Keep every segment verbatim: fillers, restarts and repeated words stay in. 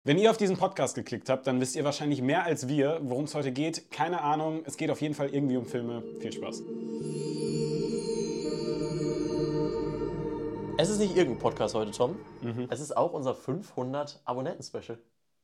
Wenn ihr auf diesen Podcast geklickt habt, dann wisst ihr wahrscheinlich mehr als wir, worum es heute geht. Keine Ahnung, es geht auf jeden Fall irgendwie um Filme. Viel Spaß. Es ist nicht irgendein Podcast heute, Tom. Mhm. Es ist auch unser fünfhundert Abonnenten-Special.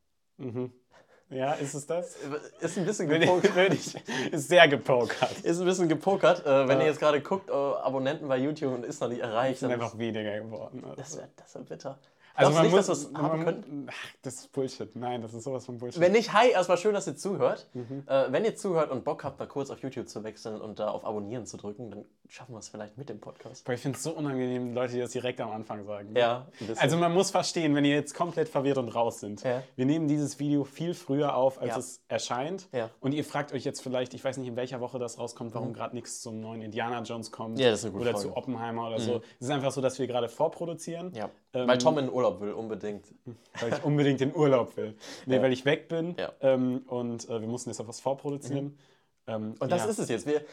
Mhm. Ja, ist es das? Ist ein bisschen gepokert. Ist sehr gepokert. Ist ein bisschen gepokert. Äh, wenn ja. ihr jetzt gerade guckt, äh, Abonnenten bei YouTube und ist noch nicht erreicht. Sind einfach weniger geworden. Also. Das wäre das wär bitter. Also man nicht, muss, dass wir es haben können? Ach, das ist Bullshit. Nein, das ist sowas von Bullshit. Wenn nicht, hi, erstmal schön, dass ihr zuhört. Mhm. Äh, wenn ihr zuhört und Bock habt, mal kurz auf YouTube zu wechseln und da auf Abonnieren zu drücken, dann schaffen wir es vielleicht mit dem Podcast. Aber ich finde es so unangenehm, Leute, die das direkt am Anfang sagen. Ja, ein bisschen. Also man muss verstehen, wenn ihr jetzt komplett verwirrt und raus sind. Ja. Wir nehmen dieses Video viel früher auf, als ja. es erscheint. Ja. Und ihr fragt euch jetzt vielleicht, ich weiß nicht, in welcher Woche das rauskommt, warum mhm. gerade nichts zum neuen Indiana Jones kommt. Ja, das ist eine gute oder Frage. Zu Oppenheimer oder mhm. so. Es ist einfach so, dass wir gerade vorproduzieren. Ja. Ähm, Weil Tom in den Urlaub will, unbedingt. Weil ich unbedingt in Urlaub will. Nee, ja. weil ich weg bin. Ja. Ähm, und äh, wir mussten jetzt auch was vorproduzieren. Mhm. Ähm, und das ja. ist es jetzt. Wir,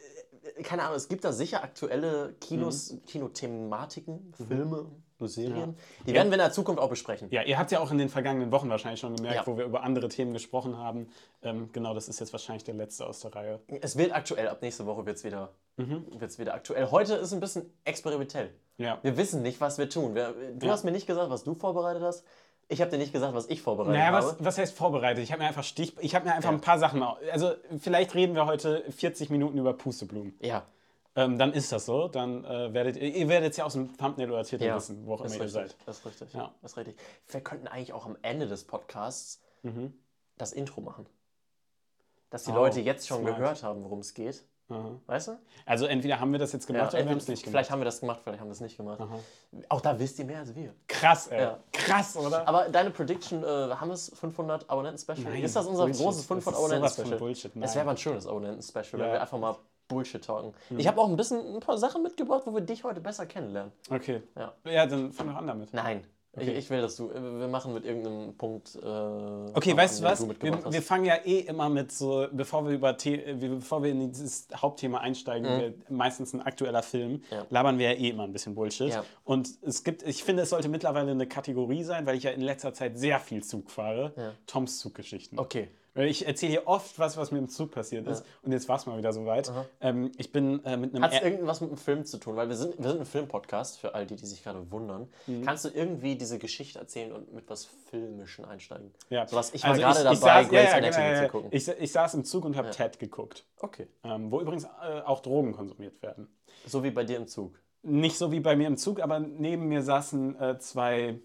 keine Ahnung, es gibt da sicher aktuelle Kinos, mhm. Kinothematiken, Filme, mhm. Serien. Ja. Die werden ja. wir in der Zukunft auch besprechen. Ja, ihr habt ja auch in den vergangenen Wochen wahrscheinlich schon gemerkt, ja. wo wir über andere Themen gesprochen haben. Ähm, genau, das ist jetzt wahrscheinlich der letzte aus der Reihe. Es wird aktuell, ab nächste Woche wird es wieder, mhm. wird's wieder aktuell. Heute ist ein bisschen experimentell. Ja. Wir wissen nicht, was wir tun. Wir, du ja. hast mir nicht gesagt, was du vorbereitet hast. Ich habe dir nicht gesagt, was ich vorbereitet naja, habe. Was, was heißt vorbereitet? Ich habe mir einfach Stich, ich habe mir einfach ja. ein paar Sachen. Also vielleicht reden wir heute vierzig Minuten über Pusteblumen. Ja. Ähm, dann ist das so. Dann äh, werdet ihr, ihr werdet es ja aus dem Thumbnail oder Titel ja. wissen, wo auch immer ihr seid. Das ist richtig. Ja. Das ist richtig. Wir könnten eigentlich auch am Ende des Podcasts mhm. das Intro machen. Dass die oh, Leute jetzt schon smart. gehört haben, worum es geht. Aha. Weißt du? Also entweder haben wir das jetzt gemacht ja, oder wir haben es nicht gemacht. Vielleicht haben wir das gemacht, vielleicht haben wir es nicht gemacht. Aha. Auch da wisst ihr mehr als wir. Krass, ey. Ja. Krass, oder? Aber deine Prediction, äh, haben wir es fünfhundert Abonnenten-Special? Nein, ist das unser Bullshit. großes fünfhundert Abonnenten-Special? Bullshit, nein. Es wäre aber ein schönes Abonnenten-Special, ja. wenn wir einfach mal Bullshit talken. Hm. Ich habe auch ein bisschen ein paar Sachen mitgebracht, wo wir dich heute besser kennenlernen. Okay. Ja, ja dann fang doch an damit. Nein. Okay. Ich, ich will, dass du, wir machen mit irgendeinem Punkt. Äh, okay, weißt du was? Du wir, wir fangen ja eh immer mit so, bevor wir über The- bevor wir in dieses Hauptthema einsteigen, mhm. wir, meistens ein aktueller Film, ja. labern wir ja eh immer ein bisschen Bullshit. Ja. Und es gibt, ich finde, es sollte mittlerweile eine Kategorie sein, weil ich ja in letzter Zeit sehr viel Zug fahre. Ja. Toms Zuggeschichten. Okay. Weil ich erzähle hier oft was, was mir im Zug passiert ist. Ja. Und jetzt war es mal wieder soweit. Ähm, ich bin äh, mit einem... Hat es irgendwas mit einem Film zu tun? Weil wir sind, wir sind ein Filmpodcast, für all die, die sich gerade wundern. Mhm. Kannst du irgendwie diese Geschichte erzählen und mit was Filmischen einsteigen? Ja. So was, ich war also gerade dabei, saß, Grey's ja, ja, Anatomy genau, zu gucken. Ich, ich saß im Zug und habe ja. Ted geguckt. Okay. Ähm, wo übrigens äh, auch Drogen konsumiert werden. So wie bei dir im Zug? Nicht so wie bei mir im Zug, aber neben mir saßen äh, zwei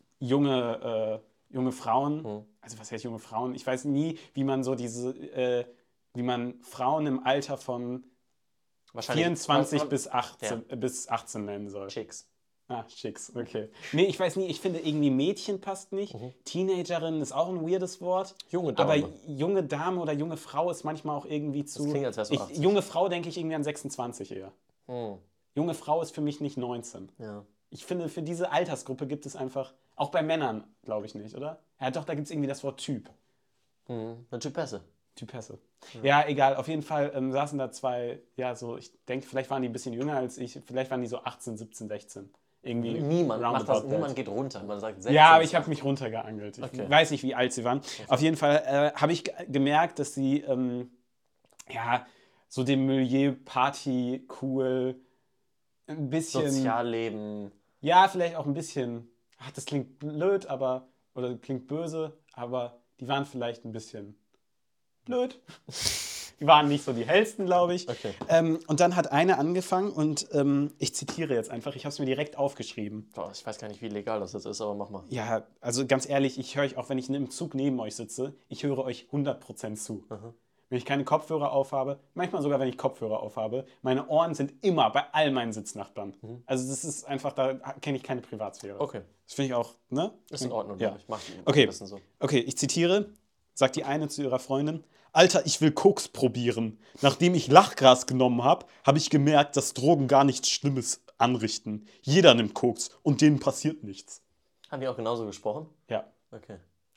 junge... Äh, junge Frauen, hm. also was heißt junge Frauen? Ich weiß nie, wie man so diese, äh, wie man Frauen im Alter von vierundzwanzig bis achtzehn, ja. bis achtzehn nennen soll. Chicks. Ah, Chicks, okay. Nee, ich weiß nie, ich finde irgendwie Mädchen passt nicht. Mhm. Teenagerin ist auch ein weirdes Wort. Junge Dame. Aber junge Dame oder junge Frau ist manchmal auch irgendwie zu... Das klingt, als wärst du achtzig. Ich, junge Frau denke ich irgendwie an sechsundzwanzig eher. Hm. Junge Frau ist für mich nicht neunzehn. Ja. Ich finde, für diese Altersgruppe gibt es einfach, auch bei Männern, glaube ich nicht, oder? Ja, doch, da gibt es irgendwie das Wort Typ. Mhm. Eine Typesse. Typesse. Ja. ja, egal. Auf jeden Fall ähm, saßen da zwei, ja, so, ich denke, vielleicht waren die ein bisschen jünger als ich, vielleicht waren die so achtzehn, siebzehn, sechzehn. Irgendwie niemand macht das, niemand geht runter. Man sagt sechzehn, ja, aber ich habe mich runtergeangelt. Ich okay. weiß nicht, wie alt sie waren. Okay. Auf jeden Fall äh, habe ich g- gemerkt, dass sie, ähm, ja, so dem Milieu Party cool, ein bisschen... Sozialleben... Ja, vielleicht auch ein bisschen, ach, das klingt blöd, aber, oder klingt böse, aber die waren vielleicht ein bisschen blöd. Die waren nicht so die hellsten, glaube ich. Okay. Ähm, und dann hat eine angefangen und ähm, ich zitiere jetzt einfach, ich habe es mir direkt aufgeschrieben. Boah, ich weiß gar nicht, wie legal das jetzt ist, aber mach mal. Ja, also ganz ehrlich, ich höre euch, auch wenn ich im Zug neben euch sitze, ich höre euch hundert Prozent zu. Mhm. Wenn ich keine Kopfhörer aufhabe, manchmal sogar, wenn ich Kopfhörer aufhabe, meine Ohren sind immer bei all meinen Sitznachbarn. Mhm. Also das ist einfach, da kenne ich keine Privatsphäre. Okay. Das finde ich auch, ne? Ist in Ordnung, ja. Ich mach okay. ein bisschen so. Okay, ich zitiere, sagt die eine zu ihrer Freundin, Alter, ich will Koks probieren. Nachdem ich Lachgras genommen habe, habe ich gemerkt, dass Drogen gar nichts Schlimmes anrichten. Jeder nimmt Koks und denen passiert nichts. Haben die auch genauso gesprochen? Ja. Okay.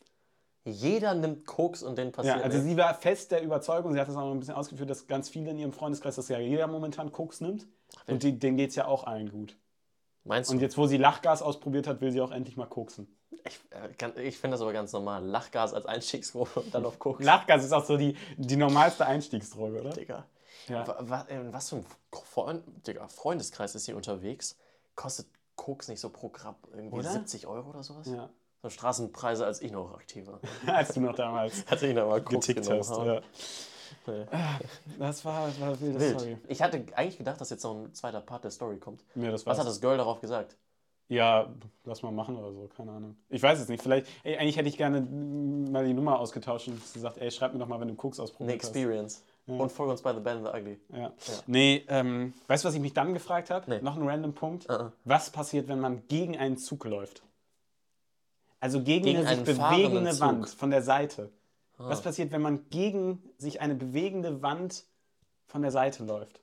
Jeder nimmt Koks und denen passiert Ja, also nichts. sie war fest der Überzeugung, sie hat das auch noch ein bisschen ausgeführt, dass ganz viele in ihrem Freundeskreis, dass ja jeder momentan Koks nimmt. Ach, und die, denen geht es ja auch allen gut. Meinst du? Und jetzt, wo sie Lachgas ausprobiert hat, will sie auch endlich mal koksen. Ich, äh, ich finde das aber ganz normal. Lachgas als Einstiegsdroge und dann auf Koks. Lachgas ist auch so die, die normalste Einstiegsdroge, oder? Digga. Ja. Was, was für ein Freund, Digga, Freundeskreis ist hier unterwegs? Kostet Koks nicht so pro Gramm irgendwie oder? siebzig Euro oder sowas? Ja. So Straßenpreise, als ich noch aktiv war. Als du noch damals als ich noch mal Koks getickt genommen hast. habe. Ja. Nee. Das war, das war eine wilde Wild. Story. Ich hatte eigentlich gedacht, dass jetzt noch ein zweiter Part der Story kommt. Nee, das was hat das Girl darauf gesagt? Ja, lass mal machen oder so, keine Ahnung. Ich weiß es nicht, vielleicht, ey, eigentlich hätte ich gerne mal die Nummer ausgetauscht und gesagt, ey, schreib mir doch mal, wenn du Koks ausprobiert hast. Eine Experience. Ja. Und folge uns bei The Bad and the Ugly. Ja. ja. Nee, ähm, weißt du, was ich mich dann gefragt habe? Nee. Noch ein random Punkt. Uh-uh. Was passiert, wenn man gegen einen Zug läuft? Also gegen, gegen eine sich bewegende Wand von der Seite. Ah. Was passiert, wenn man gegen sich eine bewegende Wand von der Seite läuft?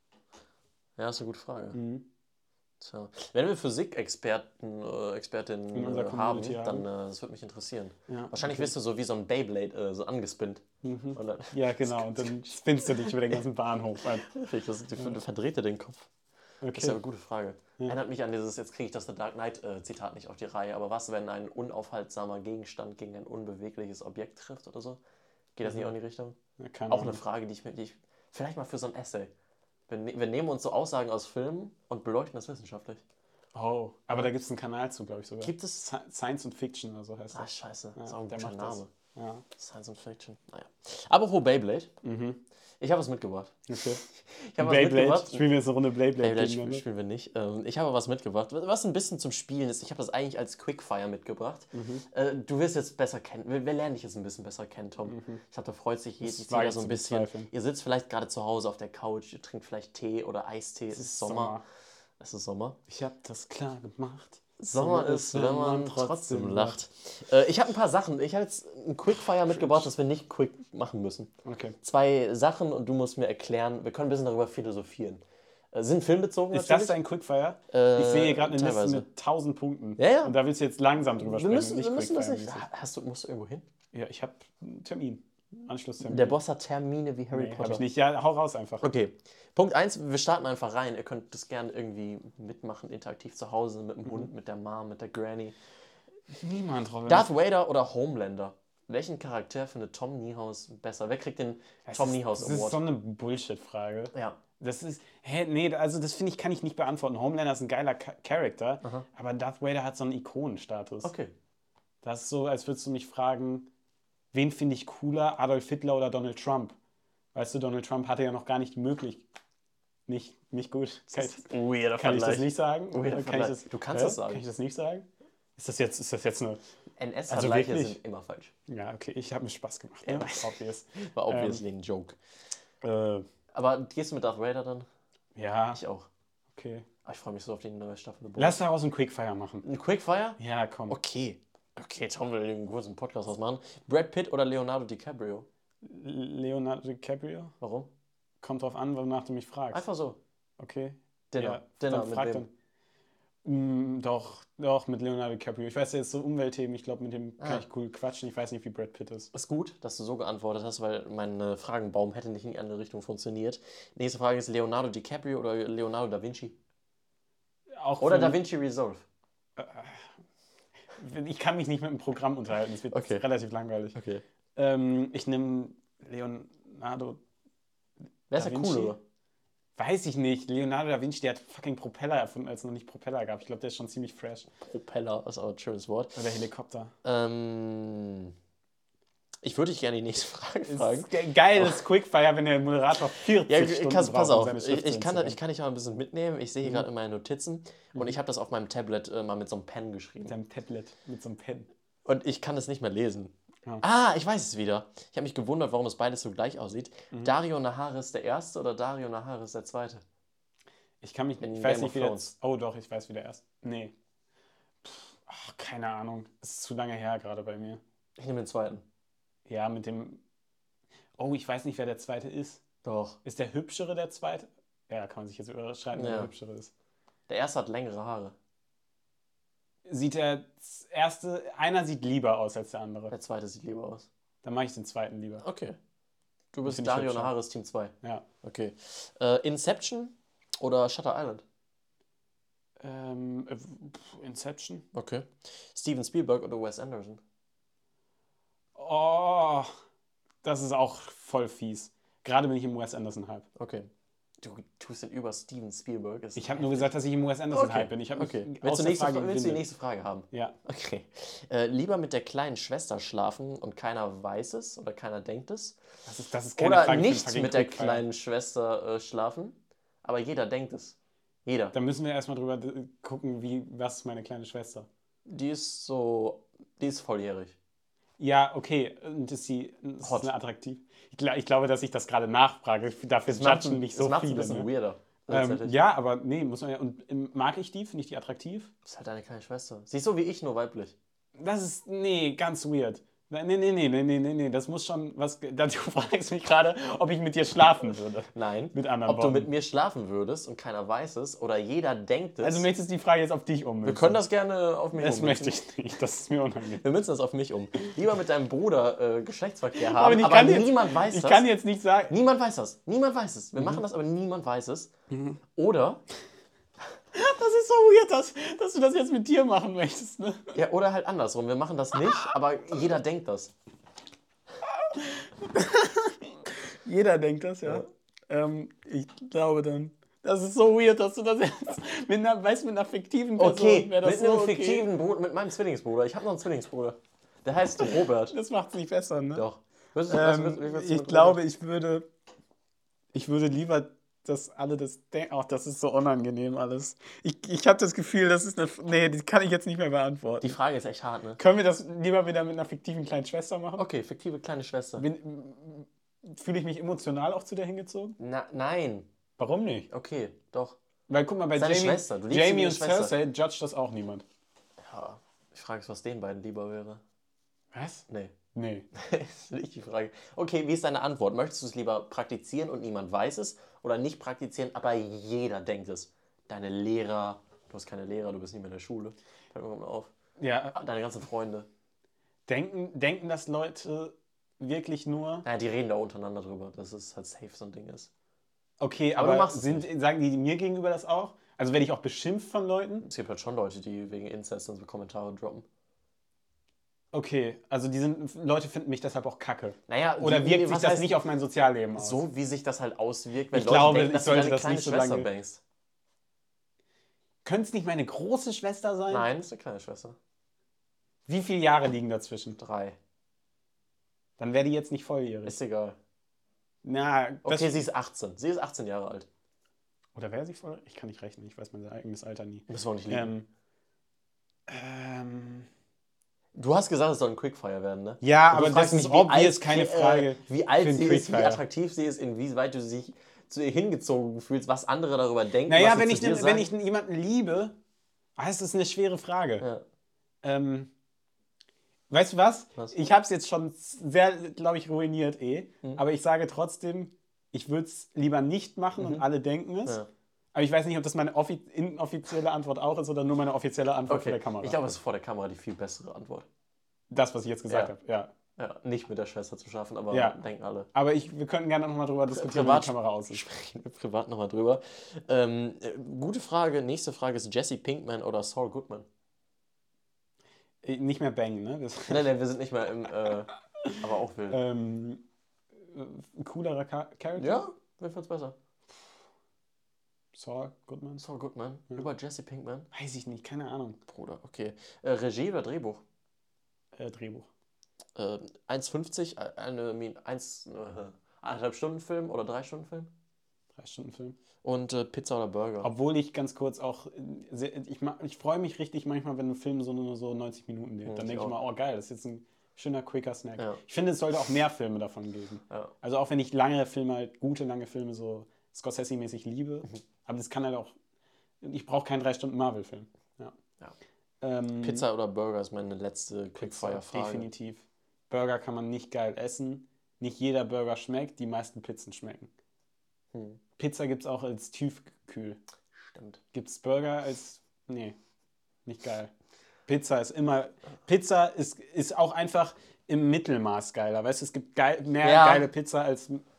Ja, das ist eine gute Frage. Mhm. Tja. Wenn wir Physik-Experten, äh, Expertinnen äh, haben, dann äh, das würde mich interessieren. Ja, Wahrscheinlich okay. wirst du so wie so ein Beyblade äh, so angespinnt. Mhm. Und dann ja, genau. Und dann spinnst du dich über den ganzen Bahnhof. Das, die, du verdreht dir den Kopf. Okay. Das ist ja eine gute Frage. Ja. Erinnert mich an dieses, jetzt kriege ich das The Dark Knight-Zitat äh, nicht auf die Reihe, aber was, wenn ein unaufhaltsamer Gegenstand gegen ein unbewegliches Objekt trifft oder so? Geht das mhm. nicht auch in die Richtung? Ja, auch eine Frage, die ich mir, die ich, vielleicht mal für so ein Essay. Wir, wir nehmen uns so Aussagen aus Filmen und beleuchten das wissenschaftlich. Oh, aber da gibt es einen Kanal zu, glaube ich sogar. Gibt es? Science und Fiction oder so heißt das. Ah, scheiße. Das ja, ist auch ein der guter Name. Ja. Science und Fiction. Naja. Apropos Beyblade. Mhm. Ich habe was mitgebracht. Okay. Ich habe was mitgebracht. Spielen wir jetzt eine Runde Beyblade? Beyblade sp- spielen wir nicht. Ich habe was mitgebracht, was ein bisschen zum Spielen ist. Ich habe das eigentlich als Quickfire mitgebracht. Mhm. Du wirst jetzt besser kennen. Wir lernen dich jetzt ein bisschen besser kennen, Tom. Mhm. Ich glaube, da freut sich jeder so ein bisschen. Bezweifeln. Ihr sitzt vielleicht gerade zu Hause auf der Couch, ihr trinkt vielleicht Tee oder Eistee. Es, es ist Sommer. Sommer. Es ist Sommer. Ich habe das klar gemacht. Sommer, Sommer ist, wenn man, man trotzdem, trotzdem lacht. Äh, ich habe ein paar Sachen. Ich habe jetzt ein Quickfire mitgebracht, das wir nicht quick machen müssen. Okay. Zwei Sachen und du musst mir erklären, wir können ein bisschen darüber philosophieren. Äh, sind filmbezogen Ist natürlich. das dein Quickfire? Äh, ich sehe hier gerade eine teilweise. Liste mit tausend Punkten. Ja, ja. Und da willst du jetzt langsam drüber wir sprechen. Müssen, nicht wir müssen das nicht. Hast du, musst du irgendwo hin? Ja, ich habe einen Termin. Anschlusstermin. Der Boss hat Termine wie Harry nee, Potter. Hab ich nicht. Ja, hau raus einfach. Okay. Punkt eins, wir starten einfach rein. Ihr könnt das gerne irgendwie mitmachen, interaktiv zu Hause, mit dem mhm. Hund, mit der Mom, mit der Granny. Niemand, Robin. Darth Vader oder Homelander? Welchen Charakter findet Tom Niehaus besser? Wer kriegt den das Tom ist, Niehaus Award? Das ist so eine Bullshit-Frage. Ja. Das ist, hä, nee, also das finde ich, kann ich nicht beantworten. Homelander ist ein geiler Ka- Charakter, Aha. aber Darth Vader hat so einen Ikonenstatus. Okay. Das ist so, als würdest du mich fragen, wen finde ich cooler, Adolf Hitler oder Donald Trump? Weißt du, Donald Trump hatte ja noch gar nicht die Möglichkeit. Nicht, nicht gut. Kann, ich, Weirder kann ich das nicht sagen? Weirder kann ich das, du kannst äh, das sagen. Kann ich das nicht sagen? Ist das jetzt, ist das jetzt eine... N S-Vergleiche also sind immer falsch. Ja, okay, ich habe mir Spaß gemacht. Ja, ne? Obvious. War obviously ähm, ein Joke. Äh, Aber gehst du mit Darth Vader dann? Ja. Ich auch. Okay. Aber ich freue mich so auf die neue Staffel. Lass daraus einen Quickfire machen. Ein Quickfire? Ja, komm. Okay. Okay, Tom will einen kurzen Podcast ausmachen. Brad Pitt oder Leonardo DiCaprio? Leonardo DiCaprio? Warum? Kommt drauf an, wonach du mich fragst. Einfach so. Okay. Dinner. Ja, Dinner dann mit frag wem? Dann. Mm, doch, doch, mit Leonardo DiCaprio. Ich weiß ja jetzt so Umweltthemen, ich glaube, mit dem Ah. kann ich cool quatschen. Ich weiß nicht, wie Brad Pitt ist. Ist gut, dass du so geantwortet hast, weil mein äh, Fragenbaum hätte nicht in die andere Richtung funktioniert. Nächste Frage ist Leonardo DiCaprio oder Leonardo da Vinci? Auch Oder für- Da Vinci Resolve? Ich kann mich nicht mit dem Programm unterhalten, es wird Okay. relativ langweilig. Okay. Ähm, ich nehme Leonardo Wer ist Da der Vinci? coolere? Weiß ich nicht. Leonardo da Vinci, der hat fucking Propeller erfunden, als es noch nicht Propeller gab. Ich glaube, der ist schon ziemlich fresh. Propeller ist aber ein schönes Wort. Oder Helikopter. Ähm, ich würde dich gerne die nächste Frage fragen. Ist ge- geiles Quickfire, wenn der Moderator vierzig Ja, Stunden kannst, braucht, pass um auf, seine ich, Schrift ich, kann, zu ich kann dich mal ein bisschen mitnehmen. Ich sehe hier Mhm. gerade in meinen Notizen und ich habe das auf meinem Tablet äh, mal mit so einem Pen geschrieben. Mit seinem Tablet, mit so einem Pen. Und ich kann es nicht mehr lesen. Ja. Ah, ich weiß es wieder. Ich habe mich gewundert, warum es beides so gleich aussieht. Mhm. Dario Naharis der Erste oder Dario Naharis der Zweite? Ich kann mich In ich weiß Game nicht, of wie der Thrones. jetzt. Oh doch, ich weiß, wie der erst. Nee. Pff, ach, keine Ahnung. Es ist zu lange her gerade bei mir. Ich nehme den Zweiten. Ja, mit dem. Oh, ich weiß nicht, wer der zweite ist. Doch. Ist der hübschere der zweite? Ja, kann man sich jetzt überschreiten, wer Ja. der hübschere ist. Der Erste hat längere Haare. Sieht der erste. Einer sieht lieber aus als der andere. Der Zweite sieht lieber aus. Dann mache ich den zweiten lieber. Okay. Du bist Finde ich Dario hübscher. Naharis Team zwei. Ja. Okay. Äh, Inception oder Shutter Island? Ähm, Inception. Okay. Steven Spielberg oder Wes Anderson? Oh, das ist auch voll fies. Gerade bin ich im Wes Anderson-Hype. Okay. Du tust den über Steven Spielberg. Ich habe nur gesagt, dass ich im Wes Anderson-Hype okay. bin. Ich okay. Willst, du, nächste, Frage, willst du die nächste Frage haben? Ja. Okay. Äh, lieber mit der kleinen Schwester schlafen und keiner weiß es oder keiner denkt es? Das ist, das ist keine oder Frage nicht mit der kleinen Schwester äh, schlafen, aber jeder denkt es. Jeder. Da müssen wir erstmal drüber gucken, wie, was ist meine kleine Schwester? Die ist so, die ist volljährig. Ja, okay. Und ist sie ist eine attraktiv? Ich, glaub, ich glaube, dass ich das gerade nachfrage. Dafür judgen mich so viele. Das macht viele. ein bisschen ne? weirder. Ähm, ja, aber nee, muss man ja. Und mag ich die? Finde ich die attraktiv? Das ist halt deine kleine Schwester. Sie ist so wie ich, nur weiblich. Das ist, nee, ganz weird. Nee, nee, nee, nee, nee, nee, nee, das muss schon was... Du fragst mich gerade, ob ich mit dir schlafen würde. Nein, mit anderen ob Worten. du mit mir schlafen würdest und keiner weiß es oder jeder denkt es. Also möchtest du die Frage jetzt auf dich ummünzen? Wir können das gerne auf mich das ummünzen. Das möchte ich nicht, das ist mir unangenehm. Wir münzen das auf mich um. Lieber mit deinem Bruder äh, Geschlechtsverkehr haben, aber, aber jetzt, niemand weiß ich das. Ich kann jetzt nicht sagen... Niemand weiß das, niemand weiß es. Wir mhm. machen das, aber niemand weiß es. Mhm. Oder... Das ist so weird, dass, dass du das jetzt mit dir machen möchtest, ne? Ja, oder halt andersrum. Wir machen das nicht, aber jeder denkt das. Jeder denkt das, ja. ja. Ähm, ich glaube dann. Das ist so weird, dass du das jetzt mit einer, weißt, mit einer fiktiven Person... Okay, das mit so einem okay. fiktiven Bruder, mit meinem Zwillingsbruder. Ich habe noch einen Zwillingsbruder. Der heißt Robert. Das macht es nicht besser, ne? Doch. Was, was, was, was, was ich glaube, Robert? ich würde... Ich würde lieber... dass alle das denken, auch das ist so unangenehm alles. Ich, ich habe das Gefühl, das ist eine... Nee, die kann ich jetzt nicht mehr beantworten. Die Frage ist echt hart, ne? Können wir das lieber wieder mit einer fiktiven kleinen Schwester machen? Okay, fiktive kleine Schwester. Fühle ich mich emotional auch zu der hingezogen? Na, nein. Warum nicht? Okay, doch. Weil guck mal, bei Seine Jamie, Schwester. Du Jamie und Cersei judgt das auch niemand. Ja, ich frage mich, was den beiden lieber wäre. Was? Nee. Nee. Das ist nicht die Frage. Okay, wie ist deine Antwort? Möchtest du es lieber praktizieren und niemand weiß es oder nicht praktizieren, aber jeder denkt es? Deine Lehrer, du hast keine Lehrer, du bist nicht mehr in der Schule. Fällt mir mal auf. Ja. Deine ganzen Freunde. Denken, denken das Leute wirklich nur... Naja, die reden da untereinander drüber, dass es halt safe so ein Ding ist. Okay, aber, aber sind, sagen die mir gegenüber das auch? Also werde ich auch beschimpft von Leuten? Es gibt halt schon Leute, die wegen Inzest und so Kommentare droppen. Okay, also die sind, Leute finden mich deshalb auch kacke. Naja, oder wie, wirkt sich das heißt, nicht auf mein Sozialleben aus? So wie sich das halt auswirkt, wenn ich Leute glaube, denken, ich dass sollte du deine das kleine nicht so Schwester lange... bangst. Könnte es nicht meine große Schwester sein? Nein, das ist eine kleine Schwester. Wie viele Jahre liegen dazwischen? Drei. Dann wäre die jetzt nicht volljährig. Ist egal. Na, okay, sie ist achtzehn. Sie ist achtzehn Jahre alt. Oder wäre sie voll? Ich kann nicht rechnen, ich weiß mein eigenes Alter nie. Müssen wir auch nicht liegen. Ähm, ähm, du hast gesagt, es soll ein Quickfire werden, ne? Ja, aber das ist obvious keine Frage. Äh, wie alt sie ist, wie attraktiv sie ist, inwieweit du dich zu ihr hingezogen fühlst, was andere darüber denken. Naja, was wenn, ich, ne, wenn ich jemanden liebe, ah, das ist eine schwere Frage. Ja. Ähm, weißt du was? was? Ich habe es jetzt schon sehr, glaube ich, ruiniert eh. Mhm. Aber ich sage trotzdem, ich würde es lieber nicht machen mhm. und alle denken es. Ja. Aber ich weiß nicht, ob das meine offi- inoffizielle Antwort auch ist oder nur meine offizielle Antwort okay. vor der Kamera. Ich glaube, es ist vor der Kamera die viel bessere Antwort. Das, was ich jetzt gesagt ja. habe, ja. Ja, nicht mit der Schwester zu schaffen, aber ja. denken alle. Aber ich, wir könnten gerne nochmal drüber diskutieren, privat wie die Kamera aussieht. Sprechen wir privat nochmal drüber. Ähm, gute Frage, nächste Frage ist Jesse Pinkman oder Saul Goodman? Nicht mehr Bang, ne? Das nein, nein, wir sind nicht mehr im, äh, aber auch wild. Ähm, ein coolerer Charakter? Ja, wer find's besser? Saul Goodman. Saul Goodman ja. Über Jesse Pinkman? Weiß ich nicht, keine Ahnung. Bruder, okay. Äh, Regie oder Drehbuch? Äh, Drehbuch. Äh, eins Fünfzig, eine eins, äh, eineinhalb Stunden Film oder drei Stunden Film? Drei Stunden Film. Und äh, Pizza oder Burger? Obwohl ich ganz kurz auch, sehr, ich, ich freue mich richtig manchmal, wenn ein Film so nur so neunzig Minuten geht. Ja, dann denke ich mal, oh geil, das ist jetzt ein schöner, quicker Snack. Ja. Ich finde, es sollte auch mehr Filme davon geben. Ja. Also auch wenn ich lange Filme, halt gute, lange Filme so Scorsese-mäßig liebe, mhm. aber das kann halt auch, ich brauche keinen drei Stunden Marvel-Film. Ja. Ja. Ähm, Pizza oder Burger ist meine letzte Quickfire-Frage. Definitiv. Burger kann man nicht geil essen. Nicht jeder Burger schmeckt, die meisten Pizzen schmecken. Hm. Pizza gibt es auch als tiefkühl. Stimmt. Gibt es Burger als... Nee, nicht geil. Pizza ist immer... Pizza ist, ist auch einfach im Mittelmaß geiler. Weißt du, es gibt geil, mehr ja. geile Pizza als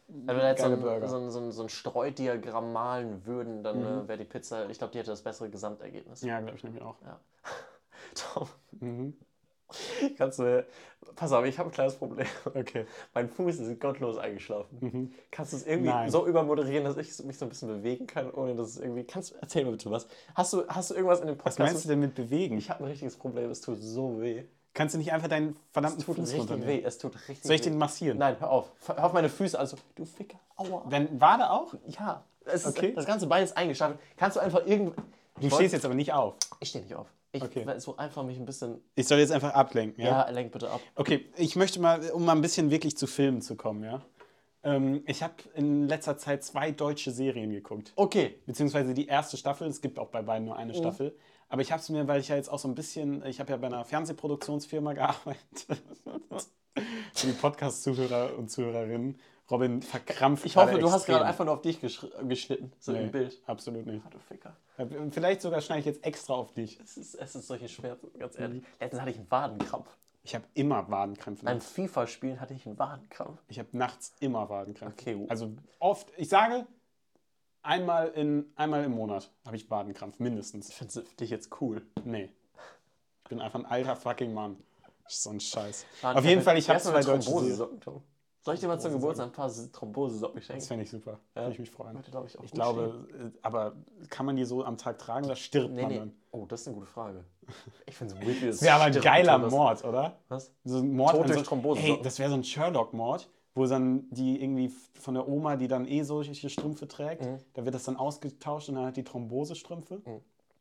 Wenn wir jetzt so ein, so, ein, so, ein, so ein Streudiagramm malen würden, dann mhm. äh, wäre die Pizza, ich glaube, die hätte das bessere Gesamtergebnis. Ja, glaube ich nämlich auch. Ja. Tom, mhm. kannst du, pass auf, ich habe ein kleines Problem. Okay. Mein Fuß ist gottlos eingeschlafen. Mhm. Kannst du es irgendwie Nein. so übermoderieren, dass ich mich so ein bisschen bewegen kann, ohne dass es irgendwie, kannst du, erzähl mir bitte was. Hast du, hast du irgendwas in dem Podcast? Was meinst du denn mit bewegen? Ich habe ein richtiges Problem, es tut so weh. Kannst du nicht einfach deinen verdammten Fuß runternehmen? Es tut richtig weh, es tut richtig weh. Soll ich den massieren? Nein, hör auf. Hör auf meine Füße, also, du Ficker, aua. Wenn, Wade auch? Ja. Es ist, okay. Das ganze Bein ist eingeschlafen. Kannst du einfach irgendwo... Du stehst jetzt aber nicht auf. Ich stehe nicht auf. Ich okay. so einfach mich ein bisschen... Ich soll jetzt einfach ablenken, ja? Ja, lenk bitte ab. Okay, ich möchte mal, um mal ein bisschen wirklich zu Filmen zu kommen, ja? Ähm, ich habe in letzter Zeit zwei deutsche Serien geguckt. Okay. Beziehungsweise die erste Staffel, es gibt auch bei beiden nur eine mhm. Staffel. Aber ich habe es mir, weil ich ja jetzt auch so ein bisschen, ich habe ja bei einer Fernsehproduktionsfirma gearbeitet. Für die Podcast-Zuhörer und Zuhörerinnen. Robin verkrampft. Ich hoffe, du hast gerade einfach nur auf dich geschnitten, so nee, im Bild. Absolut nicht. Ah, du Ficker. Vielleicht sogar schneide ich jetzt extra auf dich. Es ist, es ist solche Schmerzen, ganz ehrlich. Mhm. Letztens hatte ich einen Wadenkrampf. Ich habe immer Wadenkrämpfe. Beim FIFA-Spielen hatte ich einen Wadenkrampf. Ich habe nachts immer Wadenkrämpfe. Okay. Also oft, ich sage, einmal, in, einmal im Monat habe ich Wadenkrampf, mindestens. Ich finde dich jetzt cool. Nee. Ich bin einfach ein alter fucking Mann. So ein Scheiß. Mann, auf jeden Fall, ich habe zwei deutsche Serien. Soll ich dir mal zum Geburtstag ein paar Thrombosesocken schenken? Das fände ich super. Ja. Würde ich mich freuen. Würde, glaub ich, auch ich glaube, schenken. Aber kann man die so am Tag tragen oder stirbt nee, man nee. dann? Oh, das ist eine gute Frage. Ich finde es weird, wie das wäre aber ein geiler Mord, oder? Was? So ein Mord Tod durch so, Thrombosesocken. Hey, das wäre so ein Sherlock-Mord, wo dann die irgendwie von der Oma, die dann eh solche Strümpfe trägt, mhm. da wird das dann ausgetauscht und dann hat die Thrombosestrümpfe. Mhm.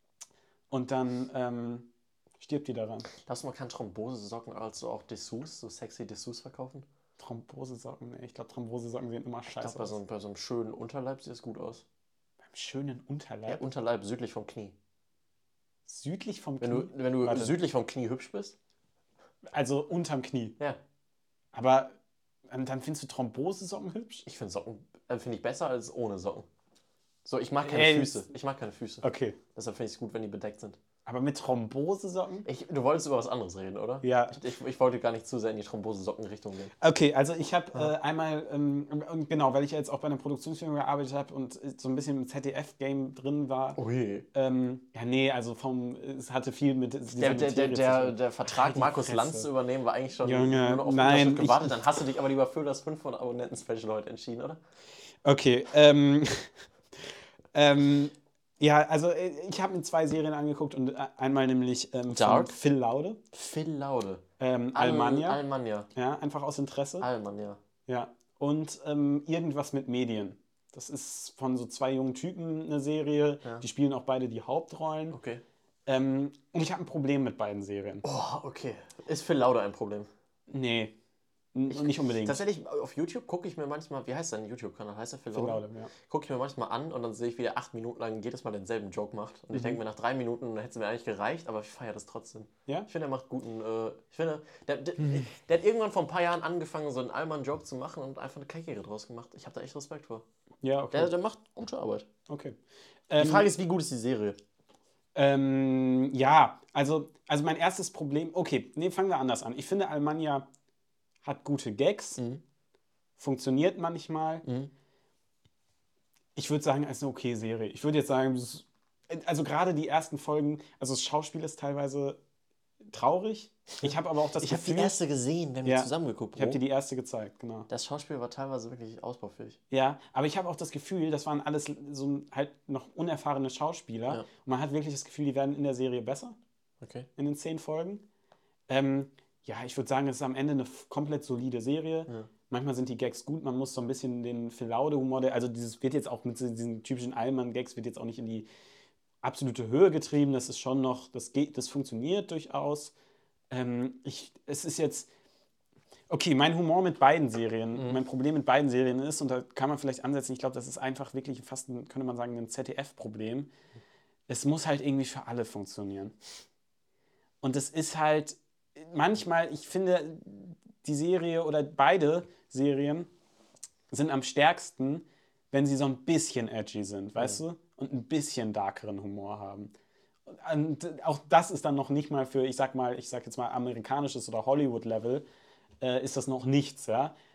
Und dann ähm, stirbt die daran. Glaubst du, man kann Thrombosesocken also auch Dessous, so sexy Dessous verkaufen? Thrombosesocken, ne, ich glaube, Thrombosesocken sehen immer scheiße ich glaub, aus. Bei so, bei so einem schönen Unterleib sieht das gut aus. Beim schönen Unterleib? Ja, Unterleib südlich vom Knie. Südlich vom wenn Knie? Du, wenn du Warte. südlich vom Knie hübsch bist? Also unterm Knie? Ja. Aber dann findest du Thrombosesocken hübsch? Ich finde Socken äh, find ich besser als ohne Socken. So, ich mag keine Ey, Füße. Ich mag keine Füße. Okay. Deshalb finde ich es gut, wenn die bedeckt sind. Aber mit Thrombosesocken? Ich, du wolltest über was anderes reden, oder? Ja. Ich, ich, ich wollte gar nicht zu sehr in die Thrombosesocken-Richtung gehen. Okay, also ich habe äh, einmal, ähm, genau, weil ich ja jetzt auch bei einer Produktionsfirma gearbeitet habe und so ein bisschen im Z D F-Game drin war. Oh je. Ähm, ja, nee, also vom, es hatte viel mit Der, der, der, der, der Vertrag, Markus Lanz zu übernehmen, war eigentlich schon Junge, nur noch auf nein, Unterschrift gewartet. Dann hast du dich aber lieber für das fünfhundert Abonnenten-Special heute entschieden, oder? Okay, ähm... ähm ja, also ich habe mir zwei Serien angeguckt und einmal nämlich ähm, von Phil Laude. Phil Laude. Ähm, Almania. Almania. Ja, einfach aus Interesse. Almania. Ja. Und ähm, irgendwas mit Medien. Das ist von so zwei jungen Typen eine Serie. Ja. Die spielen auch beide die Hauptrollen. Okay. Ähm, und ich habe ein Problem mit beiden Serien. Oh, okay. Ist Phil Laude ein Problem? Nee. Ich, nicht unbedingt. Tatsächlich, auf YouTube gucke ich mir manchmal, wie heißt dein YouTube-Kanal? Heißt der Phil Laude? Ja. Gucke ich mir manchmal an und dann sehe ich, wie der acht Minuten lang jedes Mal denselben Joke macht. Und mhm. ich denke mir, nach drei Minuten hätte es mir eigentlich gereicht, aber ich feiere das trotzdem. Ja? Ich finde, er macht guten, äh, ich finde, der, der, mhm. der hat irgendwann vor ein paar Jahren angefangen, so einen Allmann-Joke zu machen und einfach eine Karriere draus gemacht. Ich habe da echt Respekt vor. Ja, okay. Der, der macht gute Arbeit. Okay. Die ähm, Frage ist, wie gut ist die Serie? Ähm, ja, also, also mein erstes Problem, okay, nee, fangen wir anders an. Ich finde, Almania hat gute Gags, mhm. funktioniert manchmal. Mhm. Ich würde sagen, es ist eine okay Serie. Ich würde jetzt sagen, also gerade die ersten Folgen, also das Schauspiel ist teilweise traurig. Ich habe aber auch das ich Gefühl... Ich habe die erste gesehen, wenn wir ja, zusammen geguckt haben. Ich habe dir die erste gezeigt, genau. Das Schauspiel war teilweise wirklich ausbaufähig. Ja, aber ich habe auch das Gefühl, das waren alles so halt noch unerfahrene Schauspieler. Ja. Und man hat wirklich das Gefühl, die werden in der Serie besser. Okay. In den zehn Folgen. Ähm, Ja, ich würde sagen, es ist am Ende eine komplett solide Serie. Ja. Manchmal sind die Gags gut, man muss so ein bisschen den Phil Laude-Humor, also dieses wird jetzt auch mit diesen typischen Allmann-Gags, wird jetzt auch nicht in die absolute Höhe getrieben. Das ist schon noch, das geht, das funktioniert durchaus. Ähm, ich, es ist jetzt, okay, mein Humor mit beiden Serien, mhm. mein Problem mit beiden Serien ist, und da kann man vielleicht ansetzen, ich glaube, das ist einfach wirklich fast, ein, könnte man sagen, ein Z D F-Problem. Es muss halt irgendwie für alle funktionieren. Und es ist halt, manchmal, ich finde, die Serie oder beide Serien sind am stärksten, wenn sie so ein bisschen edgy sind, weißt ja. du? Und ein bisschen darkeren Humor haben. Und auch das ist dann noch nicht mal für, ich sag mal, ich sag jetzt mal amerikanisches oder Hollywood-Level, äh, ist das noch nichts, ja?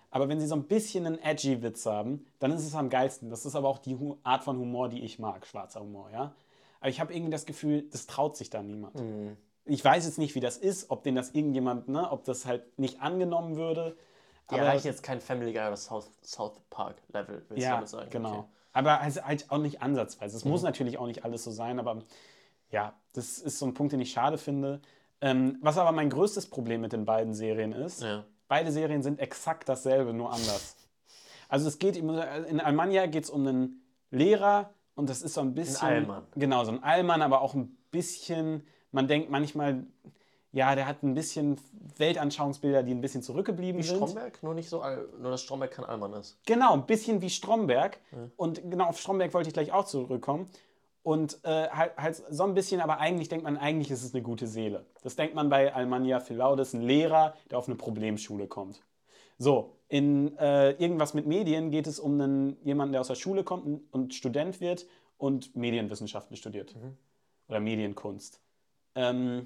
aber wenn sie so ein bisschen einen edgy Witz haben, dann ist es am geilsten. Das ist aber auch die Art von Humor, die ich mag, schwarzer Humor, ja. Aber ich habe irgendwie das Gefühl, das traut sich da niemand. Mhm. Ich weiß jetzt nicht, wie das ist, ob denn das irgendjemand, ne, ob das halt nicht angenommen würde. Die aber erreichen jetzt kein Family Guy oder South, South Park Level, willst ja, du damit sagen? Genau. Okay. Aber also halt auch nicht ansatzweise. Es mhm. muss natürlich auch nicht alles so sein, aber ja, das ist so ein Punkt, den ich schade finde. Ähm, was aber mein größtes Problem mit den beiden Serien ist, ja. beide Serien sind exakt dasselbe, nur anders. Also es geht, in Almania geht es um einen Lehrer und das ist so ein bisschen... Ein Allmann. Genau, so ein Allmann, aber auch ein bisschen, man denkt manchmal... Ja, der hat ein bisschen Weltanschauungsbilder, die ein bisschen zurückgeblieben wie sind. Wie Stromberg, nur nicht so, nur dass Stromberg kein Allmann ist. Genau, ein bisschen wie Stromberg. Ja. Und genau auf Stromberg wollte ich gleich auch zurückkommen. Und äh, halt, halt so ein bisschen, aber eigentlich denkt man, eigentlich ist es eine gute Seele. Das denkt man bei Almania Philaudes, ein Lehrer, der auf eine Problemschule kommt. So, in äh, Irgendwas mit Medien geht es um einen, jemanden, der aus der Schule kommt und Student wird und Medienwissenschaften studiert. Mhm. Oder Medienkunst. Ähm,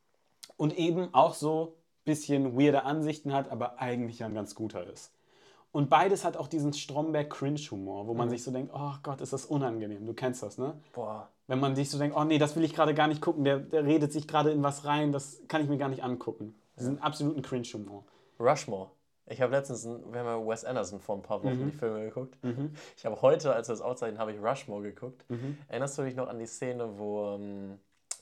Und eben auch so ein bisschen weirde Ansichten hat, aber eigentlich ein ganz guter ist. Und beides hat auch diesen Stromberg-Cringe-Humor, wo man mhm. sich so denkt, oh Gott, ist das unangenehm. Du kennst das, ne? Boah. Wenn man sich so denkt, oh nee, das will ich gerade gar nicht gucken, der, der redet sich gerade in was rein, das kann ich mir gar nicht angucken. Diesen ja. absoluten Cringe-Humor. Rushmore. Ich habe letztens, einen, wir haben ja Wes Anderson vor ein paar Wochen mhm. die Filme geguckt. Mhm. Ich habe heute, als wir das auszeichnen, habe ich Rushmore geguckt. Mhm. Erinnerst du dich noch an die Szene, wo... Ähm,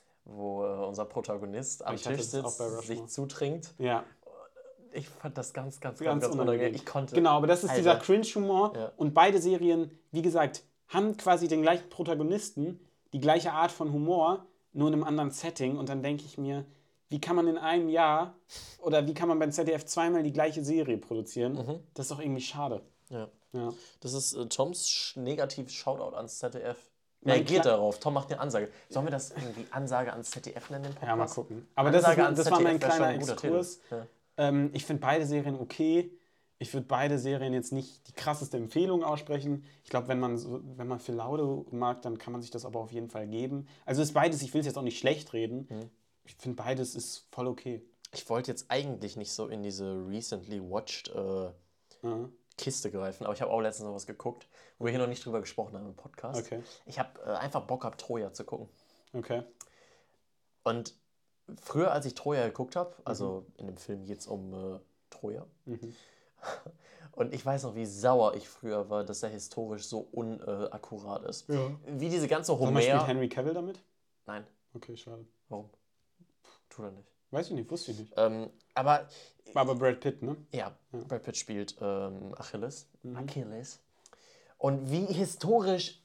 wo äh, unser Protagonist am ich Tisch sitzt, sich zutrinkt. Ja. Ich fand das ganz, ganz, ganz, ganz unangenehm. Ich konnte. Genau, aber das ist Alter. dieser Cringe-Humor. Ja. Und beide Serien, wie gesagt, haben quasi den gleichen Protagonisten, die gleiche Art von Humor, nur in einem anderen Setting. Und dann denke ich mir, wie kann man in einem Jahr oder wie kann man beim Z D F zweimal die gleiche Serie produzieren? Mhm. Das ist doch irgendwie schade. Ja. ja. Das ist äh, Toms negatives Shoutout ans Z D F. Reagiert darauf. Tom macht eine Ansage. Sollen wir das irgendwie Ansage ans Z D F nennen? Den Podcast? Ja, mal gucken. Aber das, ist, das war mein kleiner Exkurs. Ja. Ähm, ich finde beide Serien okay. Ich würde beide Serien jetzt nicht die krasseste Empfehlung aussprechen. Ich glaube, wenn man so, wenn man Philaude mag, dann kann man sich das aber auf jeden Fall geben. Also ist beides, ich will es jetzt auch nicht schlecht reden. Mhm. Ich finde beides ist voll okay. Ich wollte jetzt eigentlich nicht so in diese recently watched äh, mhm. Kiste greifen, aber ich habe auch letztens noch was geguckt, wo wir hier noch nicht drüber gesprochen haben im Podcast. Okay. Ich habe äh, einfach Bock gehabt, Troja zu gucken. Okay. Und früher, als ich Troja geguckt habe, also mhm. in dem Film geht es um äh, Troja, mhm. und ich weiß noch, wie sauer ich früher war, dass er historisch so unakkurat ist. Ja. Wie diese ganze Homer... Spielt Henry Cavill damit? Nein. Okay, schade. Warum? Tut er nicht. Weiß ich nicht, wusste ich nicht. Ähm, aber... War aber Brad Pitt, ne? Ja, ja. Brad Pitt spielt ähm, Achilles. Mhm. Achilles. Und wie historisch...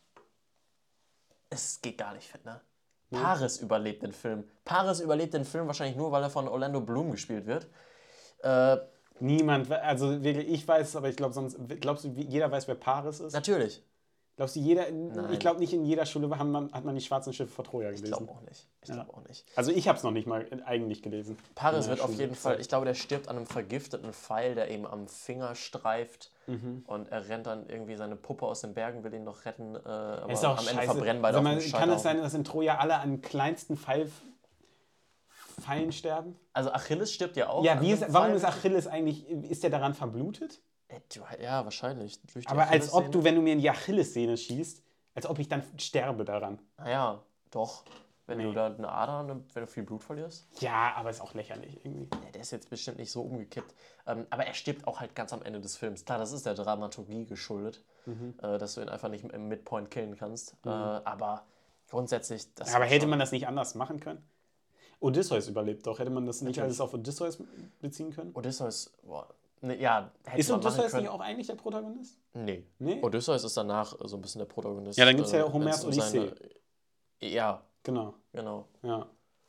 Es geht gar nicht fit, ne? Mhm. Paris überlebt den Film. Paris überlebt den Film wahrscheinlich nur, weil er von Orlando Bloom gespielt wird. Äh, Niemand, also wirklich, ich weiß es, aber ich glaube sonst... Glaubst du, jeder weiß, wer Paris ist? Natürlich. Glaubst du, jeder, Nein. ich glaube nicht in jeder Schule hat man, hat man die Schwarzen Schiffe vor Troja gelesen. Ich glaube auch nicht. Ich glaube ja. auch nicht. Also ich habe es noch nicht mal eigentlich gelesen. Paris wird auf jeden Fall, ich glaube, der stirbt an einem vergifteten Pfeil, der ihm am Finger streift mhm. und er rennt dann irgendwie seine Puppe aus den Bergen, will ihn noch retten, äh, aber ist auch am Ende scheiße. verbrennen beide auf dem Scheiterhaufen. Kann es sein, dass in Troja alle an kleinsten Pfeil, Pfeilen sterben? Also Achilles stirbt ja auch. Ja, wie ist, warum ist Achilles eigentlich, ist der daran verblutet? Ja, wahrscheinlich. Durch die aber als ob du, wenn du mir in die Achilles-Szene schießt, als ob ich dann sterbe daran. Naja, doch. Wenn nee. du da eine Ader, wenn du viel Blut verlierst. Ja, aber ist auch lächerlich irgendwie. Ja, der ist jetzt bestimmt nicht so umgekippt. Ähm, aber er stirbt auch halt ganz am Ende des Films. Klar, das ist der Dramaturgie geschuldet, mhm. äh, dass du ihn einfach nicht im Midpoint killen kannst. Mhm. Äh, aber grundsätzlich... Das aber hätte man das nicht anders machen können? Odysseus überlebt doch. Hätte man das nicht Natürlich. alles auf Odysseus beziehen können? Odysseus... Boah. Ne, ja, ist Odysseus nicht auch eigentlich der Protagonist? Nee. nee. Odysseus ist danach so ein bisschen der Protagonist. Ja, dann gibt es ja Homers Odyssee. Seine, ja. Genau. Genau. Ja.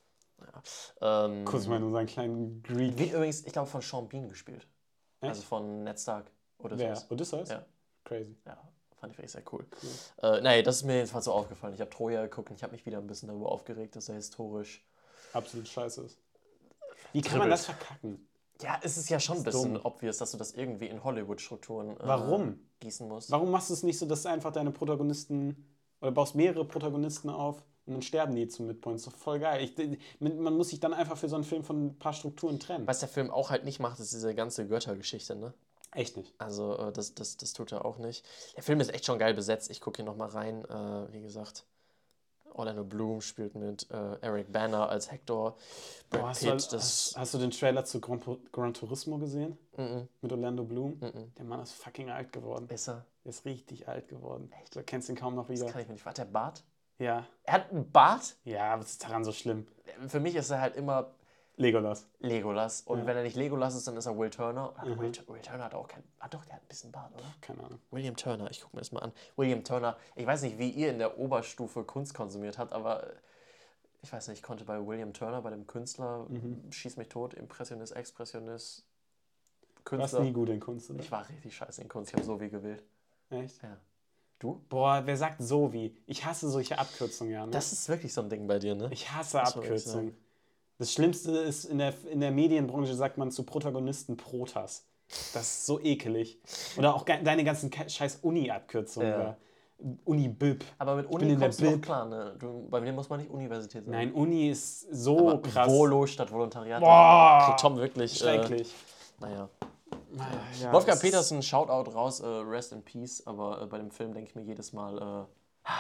ja. Ähm, Kurz mal nur seinen kleinen Greek. Wird übrigens, ich glaube, von Sean Bean gespielt. Echt? Also von Ned Stark. Odysseus. Wer? Odysseus? Ja. Crazy. Ja, fand ich wirklich sehr cool. cool. Äh, nee, das ist mir jedenfalls so aufgefallen. Ich habe Troja geguckt und ich habe mich wieder ein bisschen darüber aufgeregt, dass er historisch absolut scheiße ist. Wie kann man das verkacken? Ja, es ist ja schon ein bisschen dumm. obvious, dass du das irgendwie in Hollywood-Strukturen äh, Warum? gießen musst. Warum machst du es nicht so, dass du einfach deine Protagonisten oder baust mehrere Protagonisten auf und dann sterben die zum Midpoint? Das ist doch voll geil. Ich, man muss sich dann einfach für so einen Film von ein paar Strukturen trennen. Was der Film auch halt nicht macht, ist diese ganze Göttergeschichte, ne? Echt nicht. Also äh, das, das, das tut er auch nicht. Der Film ist echt schon geil besetzt. Ich gucke hier nochmal rein. Äh, wie gesagt, Orlando Bloom spielt mit äh, Eric Bana als Hector. Brad Boah, hast, Pitt, du, das hast, hast du den Trailer zu Gran, Gran Turismo gesehen? Mm-mm. Mit Orlando Bloom? Mm-mm. Der Mann ist fucking alt geworden. Ist er? Der ist richtig alt geworden. Echt? Du kennst ihn kaum noch wieder. Das kann ich mir nicht. Hat der Bart? Ja. Er hat einen Bart? Ja, was ist daran so schlimm? Für mich ist er halt immer Legolas. Legolas. Und Ja. wenn er nicht Legolas ist, dann ist er Will Turner. Ach, Mhm. Will, Will Turner hat auch keinen... Ah doch, der hat ein bisschen Bart, oder? Keine Ahnung. William Turner, ich gucke mir das mal an. William Turner, ich weiß nicht, wie ihr in der Oberstufe Kunst konsumiert habt, aber ich weiß nicht, ich konnte bei William Turner, bei dem Künstler, Mhm. Schieß mich tot, Impressionist, Expressionist, Du Künstler. warst nie gut in Kunst, oder? Ich war richtig scheiße in Kunst, ich habe so wie gewählt. Echt? Ja. Du? Boah, wer sagt so wie? Ich hasse solche Abkürzungen, ja. Ne? Das ist wirklich so ein Ding bei dir, ne? Ich hasse Das wollte ich Abkürzungen. Das Schlimmste ist, in der, in der Medienbranche sagt man zu Protagonisten Protas. Das ist so ekelig. Oder auch ge- deine ganzen ke- scheiß Uni-Abkürzungen. Ja. oder Uni-Bib. Aber mit bin Uni in der kommst du noch Bib. klar, ne? Du, bei mir muss man nicht Universität sein. Nein, Uni ist so aber krass. Volo statt Volontariat. Boah, Kriegt Tom wirklich... schrecklich. Äh, naja. Naja, ja, Wolfgang das- Petersen, Shoutout raus, äh, Rest in Peace, aber äh, bei dem Film denke ich mir jedes Mal, äh,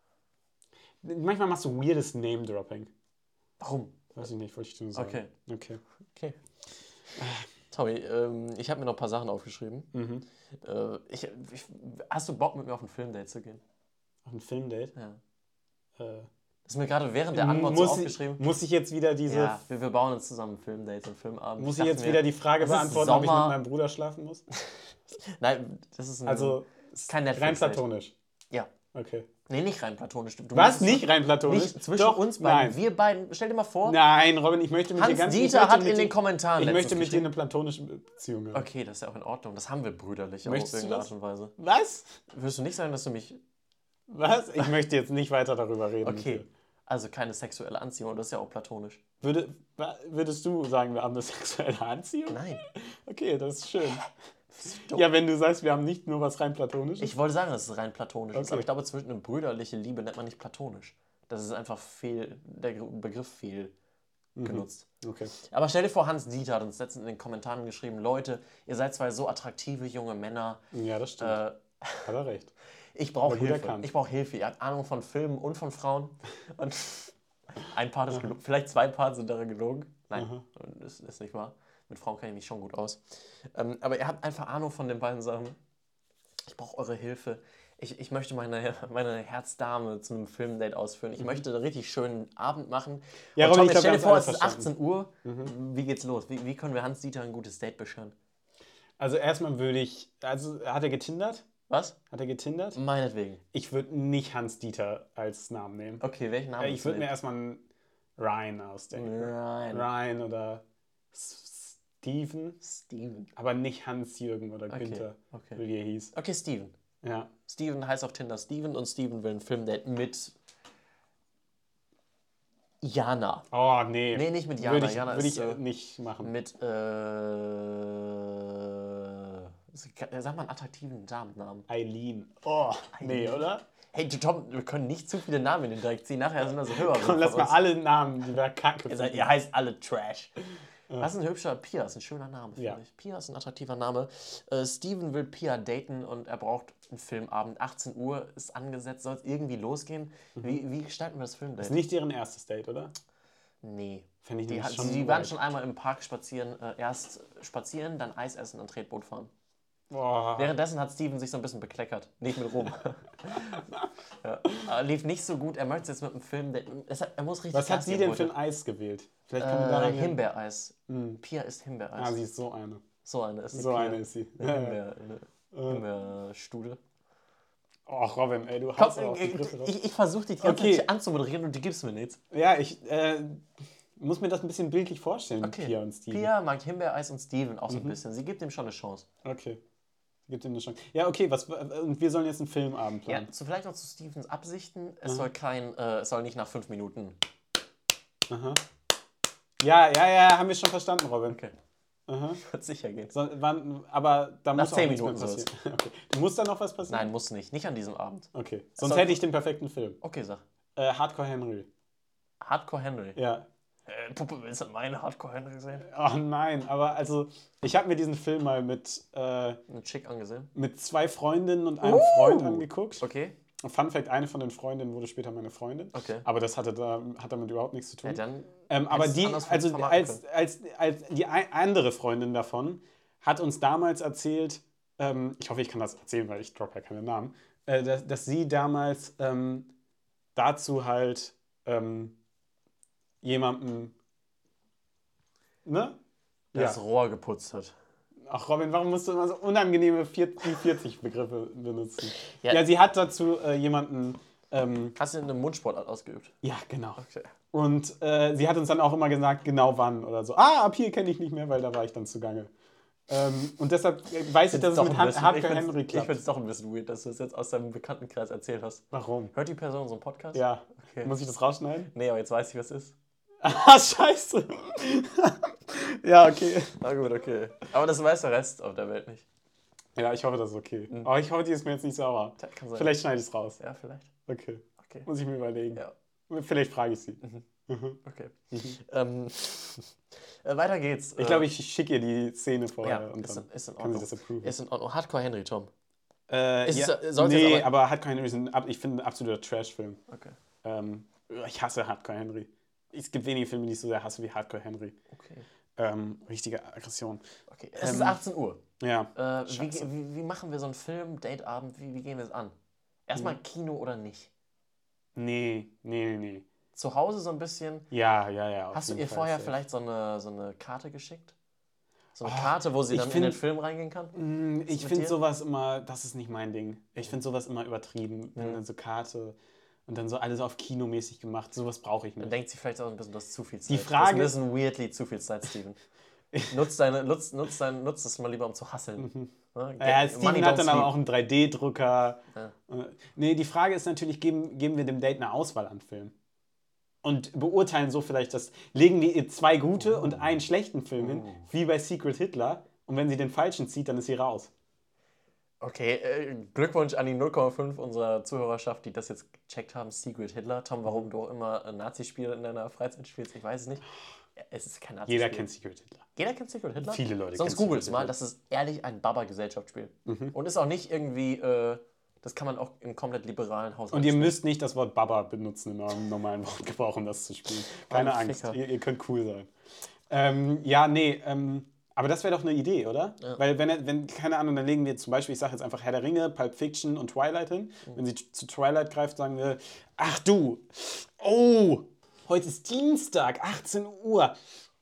Manchmal machst du weirdes Name-Dropping. warum? Weiß ich nicht, wollte ich nur sagen. Okay. Okay. Okay. Tommy, ähm, ich habe mir noch ein paar Sachen aufgeschrieben. Mhm. Äh, ich, ich, hast du Bock, mit mir auf ein Filmdate zu gehen? Auf ein Filmdate? Ja. Äh, Das ist mir gerade während der Antwort so muss, aufgeschrieben. ich, muss ich jetzt wieder diese... Ja, wir, wir bauen uns zusammen Filmdates und Filmabend. Muss ich dachte jetzt mir, wieder die Frage es ist beantworten, ob ich mit Sommer. meinem Bruder schlafen muss? Nein, das ist ein, Also, kein rein Netflix-Date. platonisch. Ja. Okay. Nee, nicht rein platonisch. Du Was? musst es Nicht rein platonisch? Nicht zwischen Doch, uns beiden. nein. Wir beiden. Stell dir mal vor, Nein, Robin, ich möchte mit dir Hans ganz... ich Dieter möchte hat mit in dir- den Kommentaren Ich möchte letztens mit dir geschrieben. eine platonische Beziehung haben. Okay, das ist ja auch in Ordnung. Das haben wir brüderlich auf Möchtest du irgendeine das? Art und Weise. Was? Würdest du nicht sagen, dass du mich... Was? Ich möchte jetzt nicht weiter darüber reden. mit Okay, dir. also keine sexuelle Anziehung. Das ist ja auch platonisch. Würde, wa- würdest du sagen, wir haben eine sexuelle Anziehung? Nein. Okay, das ist schön. dumm. Ja, wenn du sagst, wir haben nicht nur was rein platonisches. Ich wollte sagen, dass es rein platonisch ist, Okay. aber ich glaube, zwischen eine brüderliche Liebe nennt man nicht platonisch. Das ist einfach fehl, der Begriff fehl genutzt. Okay. Aber stell dir vor, Hans Dieter hat uns letztens in den Kommentaren geschrieben, Leute, ihr seid zwei so attraktive junge Männer. Ja, das stimmt. Äh, Hat er recht. ich brauche Aber gut Hilfe. erkannt. Ich brauche Hilfe. Ihr habt Ahnung von Filmen und von Frauen. Und ein Part ist gelogen. Vielleicht zwei Parts sind darin gelogen. Nein, das ist nicht wahr. Mit Frauen kenne ich mich schon gut aus. Ähm, aber ihr habt einfach Ahnung von den beiden Sachen. Ich brauche eure Hilfe. Ich, ich möchte meine, meine Herzdame zu einem Filmdate ausführen. Ich möchte einen richtig schönen Abend machen. Ja, Und Robin, Tom, ich jetzt glaub, stell dir wir vor, haben es ist alles achtzehn Uhr. Wie geht's los? Wie, wie können wir Hans Dieter ein gutes Date bescheren? Also erstmal würde ich, also hat er getindert? Was? Hat er getindert? Meinetwegen. Ich würde nicht Hans Dieter als Namen nehmen. Okay, welchen Namen? Äh, ich würde mir erstmal einen Ryan ausdenken. Ryan. Ryan oder S- Steven, Steven. aber nicht Hans-Jürgen oder Okay, Günther, okay. wie er hieß. Okay, Steven. Ja. Steven heißt auf Tinder Steven und Steven will ein Filmdate mit Jana. Oh, nee. Nee, nicht mit Jana. Würde ich, Jana würde ist ich äh, äh, nicht machen. mit, äh, sag mal einen attraktiven Damennamen. Eileen. Oh, nee, Eileen. oder? Hey, du, Tom, wir können nicht zu viele Namen in den direkt ziehen. Nachher sind wir so höher. Komm, lass mal alle Namen, die wir kacke Ihr, seid, finden. ihr heißt alle Trash. Was ist ein hübscher Pia? Ist ein schöner Name, finde Ja. ich. Pia ist ein attraktiver Name. Äh, Steven will Pia daten und er braucht einen Filmabend. achtzehn Uhr ist angesetzt, soll es irgendwie losgehen. Wie, wie gestalten wir das Filmdate? Ist nicht deren erstes Date, oder? Nee. Fände ich Die, nämlich hat- schon sie, die waren weit. schon einmal im Park spazieren. Äh, erst spazieren, dann Eis essen, dann Tretboot fahren. Boah. Währenddessen hat Steven sich so ein bisschen bekleckert. Nicht mit rum. ja. Aber lief nicht so gut. Er möchte es jetzt mit dem Film. Der, es hat, er muss richtig Was hat Gas sie geben denn für heute. ein Eis gewählt? Vielleicht kann man äh, daran Himbeereis. Hm. Pia isst Himbeereis. Ah, sie ist so eine. so eine ist die So Pia. eine ist sie. Eine Himbeer, eine Himbeerstude. Och, Robin, ey, du Komm, hast auch die ich, Griffe drauf. ich, ich versuche dich die ganze Okay. Zeit anzumoderieren und du gibst mir nichts. Ja, ich äh, muss mir das ein bisschen bildlich vorstellen, Okay. Pia und Steven. Pia mag Himbeereis und Steven auch so Mhm. ein bisschen. Sie gibt ihm schon eine Chance. Okay. Gibt ihm eine Chance. Ja, okay, was, und wir sollen jetzt einen Filmabend Ja, planen. so vielleicht noch zu Stevens Absichten. Es Mhm. soll kein, äh, es soll nicht nach fünf Minuten. Aha. Ja, ja, ja, haben wir schon verstanden, Robin. Okay. Aha. Wird sicher gehen. So, wann, aber da Nach muss auch zehn nichts mehr Minuten soll's. passieren. Okay. Du musst da noch was passieren? Nein, muss nicht. Nicht an diesem Abend. Okay, Es sonst soll- hätte ich den perfekten Film. Okay, sag. Äh, Hardcore Henry. Hardcore Henry. Ja. Äh, Puppe, willst du meine Hardcore-Henry sehen? Oh nein, aber also, ich habe mir diesen Film mal mit... Äh, Eine Chick angesehen? Mit zwei Freundinnen und einem uh, Freund angeguckt. Okay. Fun Fact, eine von den Freundinnen wurde später meine Freundin. Okay. Aber das hatte da, hat damit überhaupt nichts zu tun. Ja, dann ähm, aber die, also als, als, als die andere Freundin davon hat uns damals erzählt, ähm, ich hoffe, ich kann das erzählen, weil ich droppe ja keine Namen, äh, dass, dass sie damals ähm, dazu halt ähm, jemandem, ne? Das ja. Rohr geputzt hat. Ach Robin, warum musst du immer so unangenehme vierzig-Begriffe benutzen? Ja. ja, sie hat dazu äh, jemanden... Ähm, Hast du eine Mundsportart ausgeübt? Ja, genau. Okay. Und äh, sie hat uns dann auch immer gesagt, genau wann oder so. Ah, ab hier kenne ich nicht mehr, weil da war ich dann zugange. Ähm, und deshalb weiß ich, dass es mit Hardcore Henry klappt. Ich finde es doch ein bisschen weird, dass du es jetzt aus deinem Bekanntenkreis erzählt hast. Warum? Hört die Person so einen Podcast? Ja. Okay. Muss ich das rausschneiden? Nee, aber jetzt weiß ich, was es ist. Ah, scheiße. Ja, okay. Na gut, okay. Aber das weiß der Rest auf der Welt nicht. Ja, ich hoffe, das ist okay. Mhm. Aber ich hoffe, die ist mir jetzt nicht sauer. Kann sein. Vielleicht schneide ich es raus. Ja, vielleicht. Okay. okay. Muss ich mir überlegen. Ja. Vielleicht frage ich sie. Mhm. Mhm. Okay. Mhm. Ähm, äh, weiter geht's. Ich glaube, ich schicke ihr die Szene vorher ja, und ist dann in, ist in kann sie das approven. Ist in Ordnung. Hardcore Henry, Tom. Äh, ist ja, es, nee, aber, aber Hardcore Henry ist ein, ich finde, ein absoluter Trash-Film. Okay. Ähm, ich hasse Hardcore Henry. Es gibt wenige Filme, die ich so sehr hasse wie Hardcore Henry. Okay. Ähm, richtige Aggression. Okay. Es ähm, ist achtzehn Uhr. Ja. Äh, wie, wie, wie machen wir so einen Film, Dateabend, wie, wie gehen wir es an? Erstmal hm. Kino oder nicht? Nee, nee, nee. Zu Hause so ein bisschen? Ja, ja, ja. Hast du ihr Fall vorher safe. vielleicht so eine, so eine Karte geschickt? So eine oh, Karte, wo sie dann find, in den Film reingehen kann? Mh, ich finde sowas immer, das ist nicht mein Ding. Ich finde sowas immer übertrieben. Wenn mhm. dann so Karte und dann so alles auf kinomäßig gemacht. Sowas brauche ich nicht. Dann denkt sie vielleicht auch ein bisschen, du hast zu viel Zeit. Die Frage das ist ein bisschen weirdly zu viel Zeit, Steven. nutz, deine, nutz, nutz, dein, nutz das mal lieber, um zu hasseln. Mhm. Ja, ja, Steven hat dann sleep. aber auch einen drei D-Drucker. Ja. Nee, die Frage ist natürlich, geben, geben wir dem Date eine Auswahl an Filmen? Und beurteilen so vielleicht, dass legen wir ihr zwei gute oh. und einen schlechten Film hin, oh. wie bei Secret Hitler. Und wenn sie den falschen zieht, dann ist sie raus. Okay, äh, Glückwunsch an die null Komma fünf unserer Zuhörerschaft, die das jetzt gecheckt haben. Secret Hitler. Tom, warum du auch immer ein Nazi-Spiel in deiner Freizeit spielst, ich weiß es nicht. Es ist kein Nazi-Spiel. Jeder kennt Secret Hitler. Jeder kennt Secret Hitler? Viele Leute Sonst kennen Sonst googel's mal, das ist ehrlich ein Baba-Gesellschaftsspiel. Mhm. Und ist auch nicht irgendwie... Äh, Das kann man auch im komplett liberalen Haushalt Und ihr spielen. müsst nicht das Wort Baba benutzen in eurem normalen Wortgebrauch, um das zu spielen. Keine Angst, ihr, ihr könnt cool sein. Ähm, ja, nee, ähm, aber das wäre doch eine Idee, oder? Ja. Weil wenn, wenn, keine Ahnung, dann legen wir zum Beispiel, ich sage jetzt einfach Herr der Ringe, Pulp Fiction und Twilight hin. Mhm. Wenn sie zu Twilight greift, sagen wir, ach du, oh, heute ist Dienstag, achtzehn Uhr.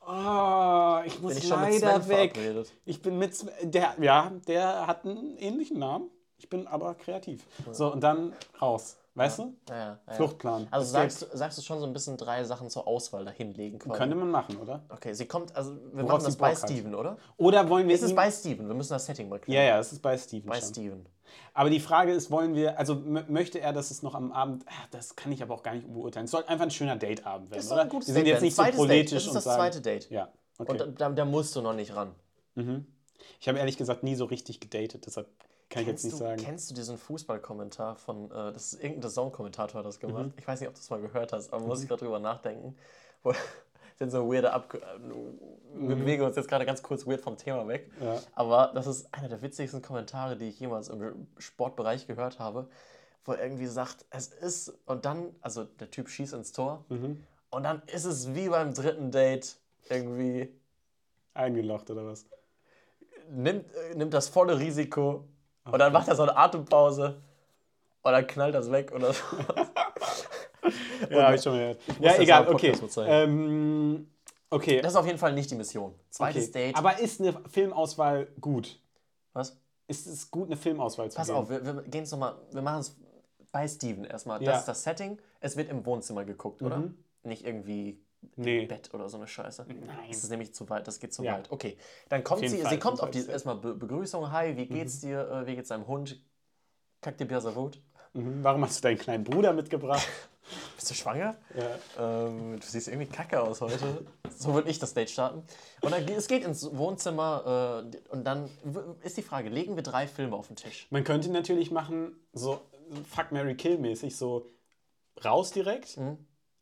Oh, ich muss ich leider weg. Verabredet. Ich bin mit, der, ja, der hat einen ähnlichen Namen. Ich bin aber kreativ. Ja. So, und dann raus. Weißt ja. du? Ja, ja, ja. Fluchtplan. Also sagst, sagst du schon so ein bisschen drei Sachen zur Auswahl dahinlegen quasi. Könnte man machen, oder? Okay, sie kommt, also wir Worauf machen das bei Steven, oder? Oder wollen wir... Es ist bei Steven, wir müssen das Setting mal klären. Ja, ja, es ist bei Steven Bei schon. Steven. Aber die Frage ist, wollen wir, also m- möchte er, dass es noch am Abend, ach, das kann ich aber auch gar nicht beurteilen. Es soll einfach ein schöner Dateabend werden, das soll ein gutes oder? Wir sind Date jetzt nicht Zweites so politisch Date. Das ist das und sagen, zweite Date. Ja, okay. Und da, da musst du noch nicht ran. Mhm. Ich habe ehrlich gesagt nie so richtig gedatet, deshalb kann ich jetzt nicht du, sagen. Kennst du diesen Fußballkommentar von, äh, das ist irgendein Zone-Kommentator hat das gemacht. Mhm. Ich weiß nicht, ob du das mal gehört hast, aber mhm. muss ich gerade drüber nachdenken. Wo, sind so weirde Ab... Wir mhm. bewegen uns jetzt gerade ganz kurz weird vom Thema weg. Ja. Aber das ist einer der witzigsten Kommentare, die ich jemals im Sportbereich gehört habe, wo er irgendwie sagt, es ist... Und dann, also der Typ schießt ins Tor mhm. und dann ist es wie beim dritten Date irgendwie... Eingelocht oder was? Nimmt, äh, nimmt das volle Risiko okay. und dann macht er so eine Atempause und dann knallt das weg oder so. Ja, habe ich schon mal gehört. Ja, egal, okay. Ähm, okay. Das ist auf jeden Fall nicht die Mission. Zweites okay. Date. Aber ist eine Filmauswahl gut? Was? Ist es gut, eine Filmauswahl zu Pass geben? auf, wir, wir gehen es nochmal, wir machen es bei Steven erstmal. Ja. Das ist das Setting. Es wird im Wohnzimmer geguckt, oder? Mhm. Nicht irgendwie nee. im Bett oder so eine Scheiße. Nein. Das ist nämlich zu weit, das geht zu ja. weit. Okay, dann kommt sie, Fall sie kommt auf die erstmal Be- Begrüßung. Hi, wie geht's mhm. dir? Wie geht's deinem Hund? Kackt dir Biasavut? Mhm. Warum hast du deinen kleinen Bruder mitgebracht? Bist du schwanger? Ja. Ähm, du siehst irgendwie kacke aus heute. So würde ich das Date starten. Und dann, es geht ins Wohnzimmer äh, und dann ist die Frage, legen wir drei Filme auf den Tisch? Man könnte natürlich machen, so Fuck, Marry, Kill mäßig, so raus direkt. Mhm.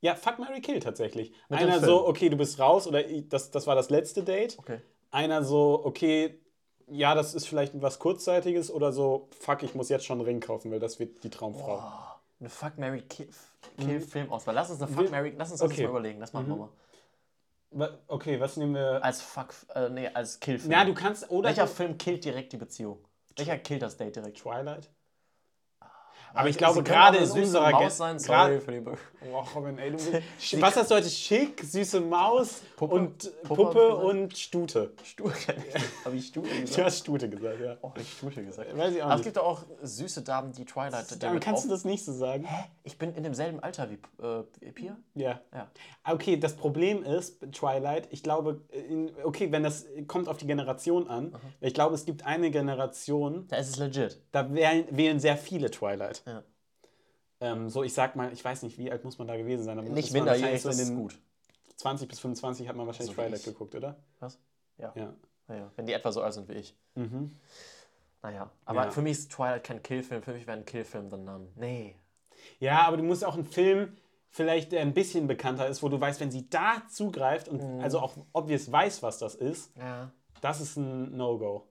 Ja, Fuck, Marry, Kill tatsächlich. Mit Einer so, okay, du bist raus oder das, das war das letzte Date. Okay. Einer so, okay, ja, das ist vielleicht was Kurzzeitiges oder so, fuck, ich muss jetzt schon einen Ring kaufen, weil das wird die Traumfrau. Oh, eine Fuck, Marry, Kill, Kill mhm. Filmauswahl. Lass uns eine Fuck, Marry, lass uns das okay. mal überlegen. Das machen mhm. wir mal. Okay, was nehmen wir? Als Fuck, äh, nee, als Kill-Film. Ja, du kannst, oder? Welcher Film killt direkt die Beziehung? Welcher killt das Date direkt? Twilight? Aber, aber ich glaube, gerade in unserer Maus sein. Sorry für die Be oh, Robin, ey, du bist Was hast du heute? Schick, süße Maus Puppe, und Puppe, Puppe und Stute. Stute? Habe ich Stute gesagt? Du hast Stute gesagt, ja. Oh, ich Stute gesagt. Weiß ich auch aber nicht. es gibt doch auch süße Damen, die Twilight... Dann kannst du das nicht so sagen. Hä? Ich bin in demselben Alter wie äh, Pia? Ja. ja. Okay, das Problem ist, Twilight, ich glaube, in, okay, wenn das kommt auf die Generation an, mhm. ich glaube, es gibt eine Generation... Da ist es legit. Da wählen, wählen sehr viele Twilight. Ja. Ähm, so, ich sag mal, ich weiß nicht, wie alt muss man da gewesen sein. Aber nicht minderjährig, so das ist gut. zwanzig bis fünfundzwanzig hat man wahrscheinlich also Twilight geguckt, oder? Was? Ja. Ja. Naja, wenn die etwa so alt sind wie ich. Mhm. Naja, aber ja. für mich ist Twilight kein Killfilm, für mich wäre ein Killfilm The Nun. Nee. Ja, aber du musst auch einen Film, vielleicht der ein bisschen bekannter ist, wo du weißt, wenn sie da zugreift und mhm. also auch obvious weiß, was das ist, ja. das ist ein No-Go.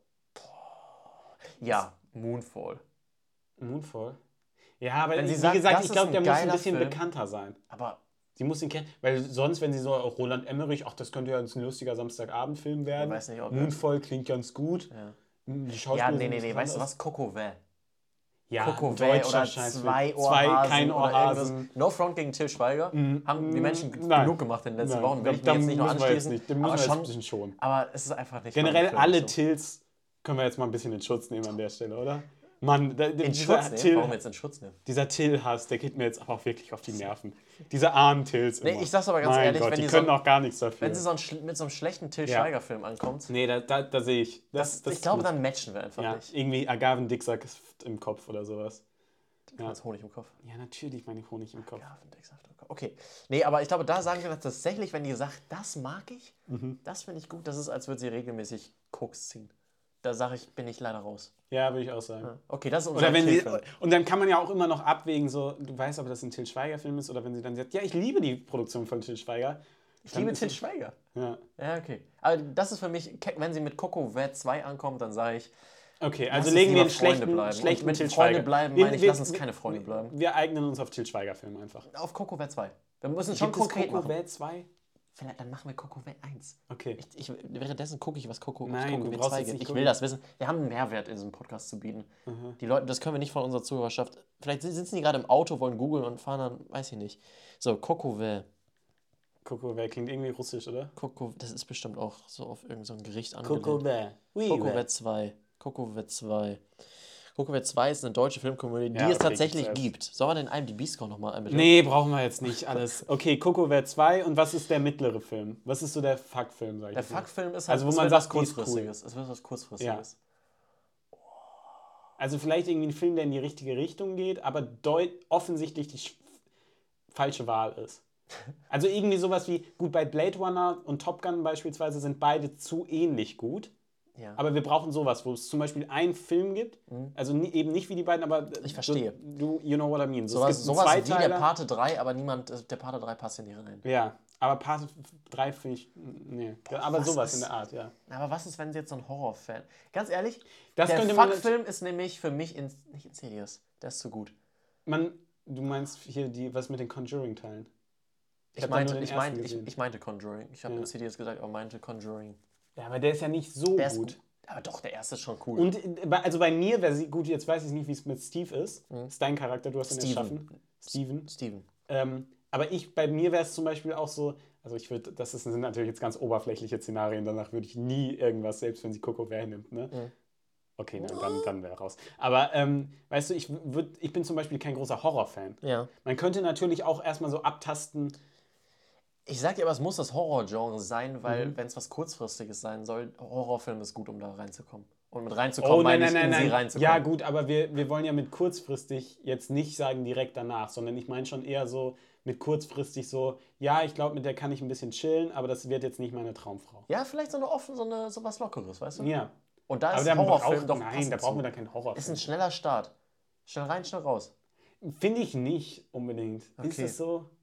Ja, Moonfall. Moonfall? Ja, aber wenn sie wie sagt, gesagt, ich glaube, der muss ein bisschen Film, bekannter sein. Aber sie muss ihn kennen, weil sonst, wenn sie so auch Roland Emmerich, ach, das könnte ja ein lustiger Samstagabendfilm werden. Ich weiß nicht, ob Moonfall klingt ganz gut. Ja, die ja nee, nee, nee, weißt du was? Coco Vä. Ja, Coco Vä oder zwei Ohrhasen. Kein Ohrhasen. No Front gegen Till Schweiger. Mm, haben die Menschen nein. genug gemacht in den letzten nein. Wochen. Will ich mir jetzt nicht noch anschließen. Nicht. Den müssen wir jetzt ein bisschen schonen. Aber es ist einfach nicht... Generell alle so. Tills können wir jetzt mal ein bisschen in Schutz nehmen an der Stelle, oder? Mann, da, in Schutz nehmen? Till, Warum jetzt in Schutz nehmen? Dieser Till-Hass, der geht mir jetzt aber auch wirklich auf die Nerven. Diese armen Tills immer. Nee, ich sag's aber ganz mein ehrlich, Gott, wenn die, die können so, auch gar nichts dafür. Wenn sie so ein, mit so einem schlechten Till Schweiger-Film ja. ankommt. Nee, da, da, da sehe ich. Das, das, das ich glaube, gut. dann matchen wir einfach ja, nicht. Irgendwie Agavendicksack im Kopf oder sowas. Du ja. hast Honig im Kopf. Ja, natürlich meine ich Honig im Kopf. Agavendicksaft im Kopf. Okay. Nee, aber ich glaube, da sagen wir das tatsächlich, wenn die sagt, das mag ich, mhm. das finde ich gut, das ist, als würde sie regelmäßig Koks ziehen. Da sage ich, bin ich leider raus. Ja, würde ich auch sagen. Ja. Okay, das ist unser oder wenn sie, Und dann kann man ja auch immer noch abwägen, so, du weißt, ob das ein Till Schweiger-Film ist, oder wenn sie dann sagt, ja, ich liebe die Produktion von Till Schweiger. Ich liebe Till Schweiger? Ja. Ja, okay. Aber das ist für mich, wenn sie mit Coco Vä zwei ankommt, dann sage ich, okay, also legen wir einen schlechten, bleiben. schlechten mit Till Freunde Schweiger. bleiben, meine ich, wir, lass uns keine Freunde bleiben. Wir eignen uns auf Till Schweiger-Filme einfach. Auf Coco Vä zwei. Wir müssen schon konkret Coco Vä zwei? Vielleicht, dann machen wir Coco Vä eins. Okay. Ich, ich, währenddessen gucke ich, was Coco Vä zwei gibt. Ich will das wissen. Wir haben einen Mehrwert in diesem Podcast zu bieten. Mhm. Die Leute, das können wir nicht von unserer Zuhörerschaft. Vielleicht sitzen die gerade im Auto, wollen googeln und fahren dann, weiß ich nicht. So, Coco Vä. Coco Vä klingt irgendwie russisch, oder? Coco, das ist bestimmt auch so auf irgendein so Gericht angelegt. Coco Vä. Oui, Coco Vä zwei. Coco Vä zwei. Coco Vä zwei ist eine deutsche Filmkomödie, die ja, es okay, tatsächlich gibt. Sollen wir den I M D B-Score nochmal einbitte? Nee, brauchen wir jetzt nicht alles. Okay, Coco Vä zwei. Und was ist der mittlere Film? Was ist so der Fuck-Film, sag ich Der Fuck-Film ist halt also, wo man sagt, was Kurzfristiges. Es wird was Kurzfristiges. Ja. Also vielleicht irgendwie ein Film, der in die richtige Richtung geht, aber deut offensichtlich die falsche Wahl ist. Also irgendwie sowas wie, gut, bei Blade Runner und Top Gun beispielsweise sind beide zu ähnlich gut. Ja. Aber wir brauchen sowas, wo es zum Beispiel einen Film gibt, mhm. also nie, eben nicht wie die beiden, aber ich verstehe. Du, you know what I mean. So, sowas es gibt sowas wie der Pate drei, aber niemand, der Pate drei passt in die rein. Ja, aber Pate drei finde ich, nee. Boah, aber sowas ist, in der Art, ja. Aber was ist, wenn sie jetzt so ein Horrorfan... Ganz ehrlich, das der Fuck-Film ist nämlich für mich in, nicht Insidious. Der ist zu gut. Man, du meinst hier die, was mit den Conjuring-Teilen? Ich, ich, meinte, ich, meinte, ich, ich meinte Conjuring. Ich habe ja. Insidious gesagt, aber meinte Conjuring. Ja, aber der ist ja nicht so der gut. Ist, aber doch, der erste ist schon cool. Und also bei mir wäre sie, gut, jetzt weiß ich nicht, wie es mit Steve ist. Mhm. Das ist dein Charakter, du hast ihn erschaffen. Steven. Steven. Ähm, aber ich, bei mir wäre es zum Beispiel auch so, also ich würde, das ist, sind natürlich jetzt ganz oberflächliche Szenarien, danach würde ich nie irgendwas, selbst wenn sie Coco Vä nimmt, ne? Mhm. Okay, nein, dann, dann wäre raus. Aber, ähm, weißt du, ich, würd, ich bin zum Beispiel kein großer Horrorfan. Ja. Man könnte natürlich auch erstmal so abtasten. Ich sag dir aber, es muss das Horrorgenre sein, weil, mhm. wenn es was Kurzfristiges sein soll, Horrorfilm ist gut, um da reinzukommen. Und mit reinzukommen, oh, nein, meine ich, nein, in nein, sie nein. reinzukommen. Ja gut, aber wir, wir wollen ja mit kurzfristig jetzt nicht sagen direkt danach, sondern ich meine schon eher so mit kurzfristig so, ja, ich glaube, mit der kann ich ein bisschen chillen, aber das wird jetzt nicht meine Traumfrau. Ja, vielleicht so eine offen, so, eine, so was Lockeres, weißt du? Ja. Und da ist aber Horrorfilm braucht, doch Nein, da brauchen wir da keinen Horrorfilm. Ist ein schneller Start. Schnell rein, schnell raus. Finde ich nicht unbedingt. Okay. Ist das so?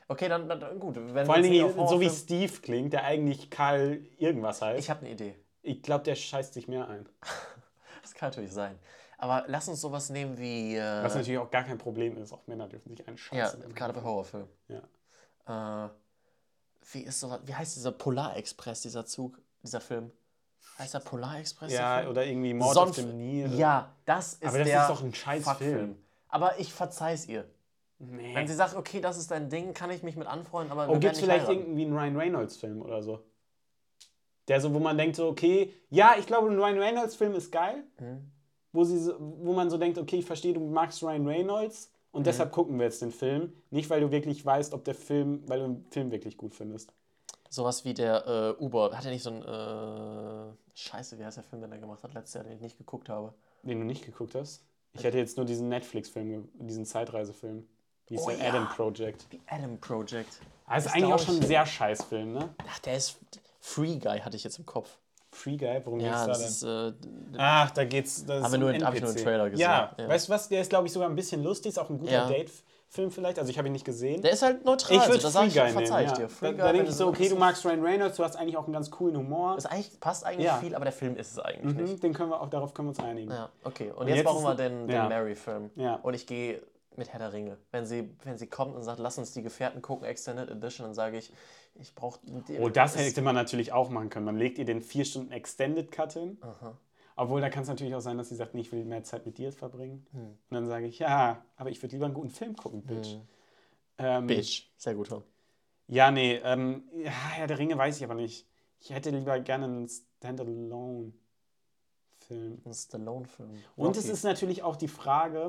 Okay, dann, dann gut. Wenn Vor allen Dingen so wie Steve klingt, der eigentlich Karl irgendwas heißt. Ich habe eine Idee. Ich glaube, der scheißt sich mehr ein. Das kann natürlich sein. Aber lass uns sowas nehmen wie... Äh, Was natürlich auch gar kein Problem ist. Auch Männer dürfen sich einen scheißen. Ja, gerade bei Horrorfilmen. Ja. Äh, wie ist sowas... Wie heißt dieser Polarexpress, dieser Zug, dieser Film? Heißt der Polarexpress? Ja, oder irgendwie Mord Sonf- auf dem Nil. Ja, das ist Aber das der ist doch ein scheiß Film. Aber ich verzeih's ihr. Nee. Wenn sie sagt, okay, das ist dein Ding, kann ich mich mit anfreunden, aber... Oh, gibt's vielleicht heiraten. Irgendwie einen Ryan Reynolds-Film oder so? Der so, wo man denkt so, okay, ja, ich glaube, ein Ryan Reynolds-Film ist geil. Mhm. Wo, sie so, wo man so denkt, okay, ich verstehe, du magst Ryan Reynolds und mhm. deshalb gucken wir jetzt den Film. Nicht, weil du wirklich weißt, ob der Film, weil du den Film wirklich gut findest. Sowas wie der äh, Uber. Hat er nicht so ein... Äh, Scheiße, wie heißt der Film, den er gemacht hat letztes Jahr, den ich nicht geguckt habe? Den du nicht geguckt hast? Ich hätte jetzt nur diesen Netflix-Film, diesen Zeitreisefilm. Wie ist oh, der? Ja. Adam Project. Die Adam Project. Das ist, ist eigentlich auch schon ein sehr scheiß Film, ne? Ach, der ist... Free Guy hatte ich jetzt im Kopf. Free Guy? Worum ja, geht's da denn? Ist, äh, Ach, da geht's... Das haben wir nur, hab ich nur einen Trailer gesehen. Ja, ja. Weißt du was? Der ist, glaube ich, sogar ein bisschen lustig. Ist auch ein guter ja. Date-Film vielleicht. Also ich habe ihn nicht gesehen. Der ist halt neutral. Ich würde also, Free Guy verzeih ich nehmen, dir. Free ja. Da, da denke ich so, okay, du magst Ryan Reynolds, du hast eigentlich auch einen ganz coolen Humor. Das eigentlich, passt eigentlich ja. viel, aber der Film ist es eigentlich mhm, nicht. Den können wir auch, darauf können wir uns einigen. Ja, okay. Und, Und jetzt, jetzt machen wir den, den ja. Mary-Film. Ja. Und ich gehe mit Herr der Ringe. Wenn sie, wenn sie kommt und sagt, lass uns die Gefährten gucken, Extended Edition, dann sage ich, ich brauche... Oh, das hätte man natürlich auch machen können. Man legt ihr den vier Stunden Extended Cut hin. Aha. Obwohl, da kann es natürlich auch sein, dass sie sagt, nee, ich will mehr Zeit mit dir verbringen. Hm. Und dann sage ich, ja, aber ich würde lieber einen guten Film gucken, Bitch. Hm. Ähm, Bitch, sehr gut. Ja, nee, ähm, ja, Herr der Ringe weiß ich aber nicht. Ich hätte lieber gerne einen Standalone-Film. Ein Stallone-Film. Und es ist natürlich auch die Frage...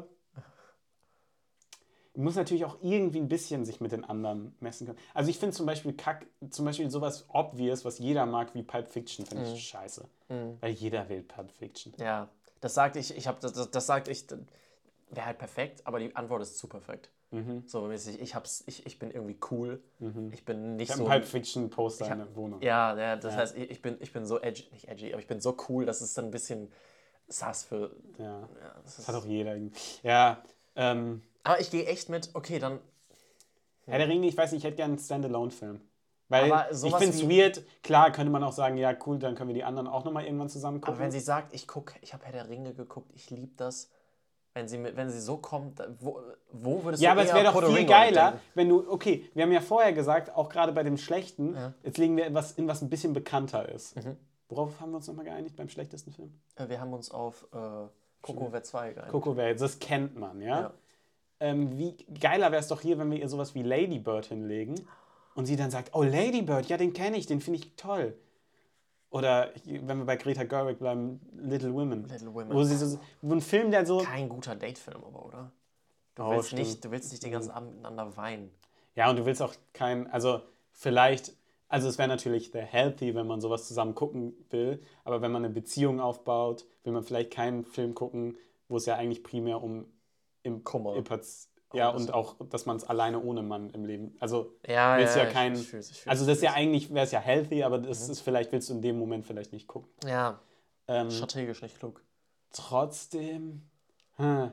muss natürlich auch irgendwie ein bisschen sich mit den anderen messen können. Also ich finde zum Beispiel Kack, zum Beispiel sowas Obvious, was jeder mag, wie Pulp Fiction, finde mm. ich scheiße. Mm. Weil jeder will Pulp Fiction. Ja, das sagte ich, ich habe das, das, das sagte ich, wäre halt perfekt, aber die Antwort ist zu perfekt. Mhm. So mäßig, ich hab's, ich, ich bin irgendwie cool, mhm. ich bin nicht ich so... Ich habe ein Pulp Fiction Poster hab, in der Wohnung. Ja, ja das ja. heißt, ich bin, ich bin so edgy, nicht edgy, aber ich bin so cool, dass es dann ein bisschen sass für... Ja, ja das, das hat auch jeder irgendwie. Ja, ähm... Aber ich gehe echt mit, okay, dann... Herr der Ringe, ich weiß nicht, ich hätte gerne einen Standalone-Film. Weil ich finde es weird, klar könnte man auch sagen, ja cool, dann können wir die anderen auch nochmal irgendwann zusammen gucken. Aber wenn sie sagt, ich gucke, ich habe Herr der Ringe geguckt, ich liebe das, wenn sie, wenn sie so kommt, wo, wo würdest ja, du Ja, aber es wäre doch viel geiler, wenn du, okay, wir haben ja vorher gesagt, auch gerade bei dem Schlechten, ja. jetzt legen wir etwas in, was ein bisschen bekannter ist. Mhm. Worauf haben wir uns nochmal geeinigt beim schlechtesten Film? Wir haben uns auf äh, Coco wäre zwei geeinigt. Coco wäre, das kennt man, ja? ja. Ähm, wie geiler wäre es doch hier, wenn wir ihr sowas wie Lady Bird hinlegen und sie dann sagt, oh, Lady Bird, ja, den kenne ich, den finde ich toll. Oder wenn wir bei Greta Gerwig bleiben, Little Women. Little Women. Wo, sie so, wo ein Film, der so... Kein guter Datefilm aber, oder? Du, oh, willst nicht, du willst nicht den ganzen Abend miteinander weinen. Ja, und du willst auch kein... Also vielleicht... Also es wäre natürlich sehr healthy, wenn man sowas zusammen gucken will, aber wenn man eine Beziehung aufbaut, will man vielleicht keinen Film gucken, wo es ja eigentlich primär um... Im Kummer. Impaz, ja, und auch, dass man es alleine ohne Mann im Leben. Also, ja, willst ja, ja kein. Ich fühl's, ich fühl's, also, das ist ja eigentlich, wäre es ja healthy, aber das mhm. ist vielleicht, willst du in dem Moment vielleicht nicht gucken. Ja. Ähm, strategisch nicht klug. Trotzdem. Hm.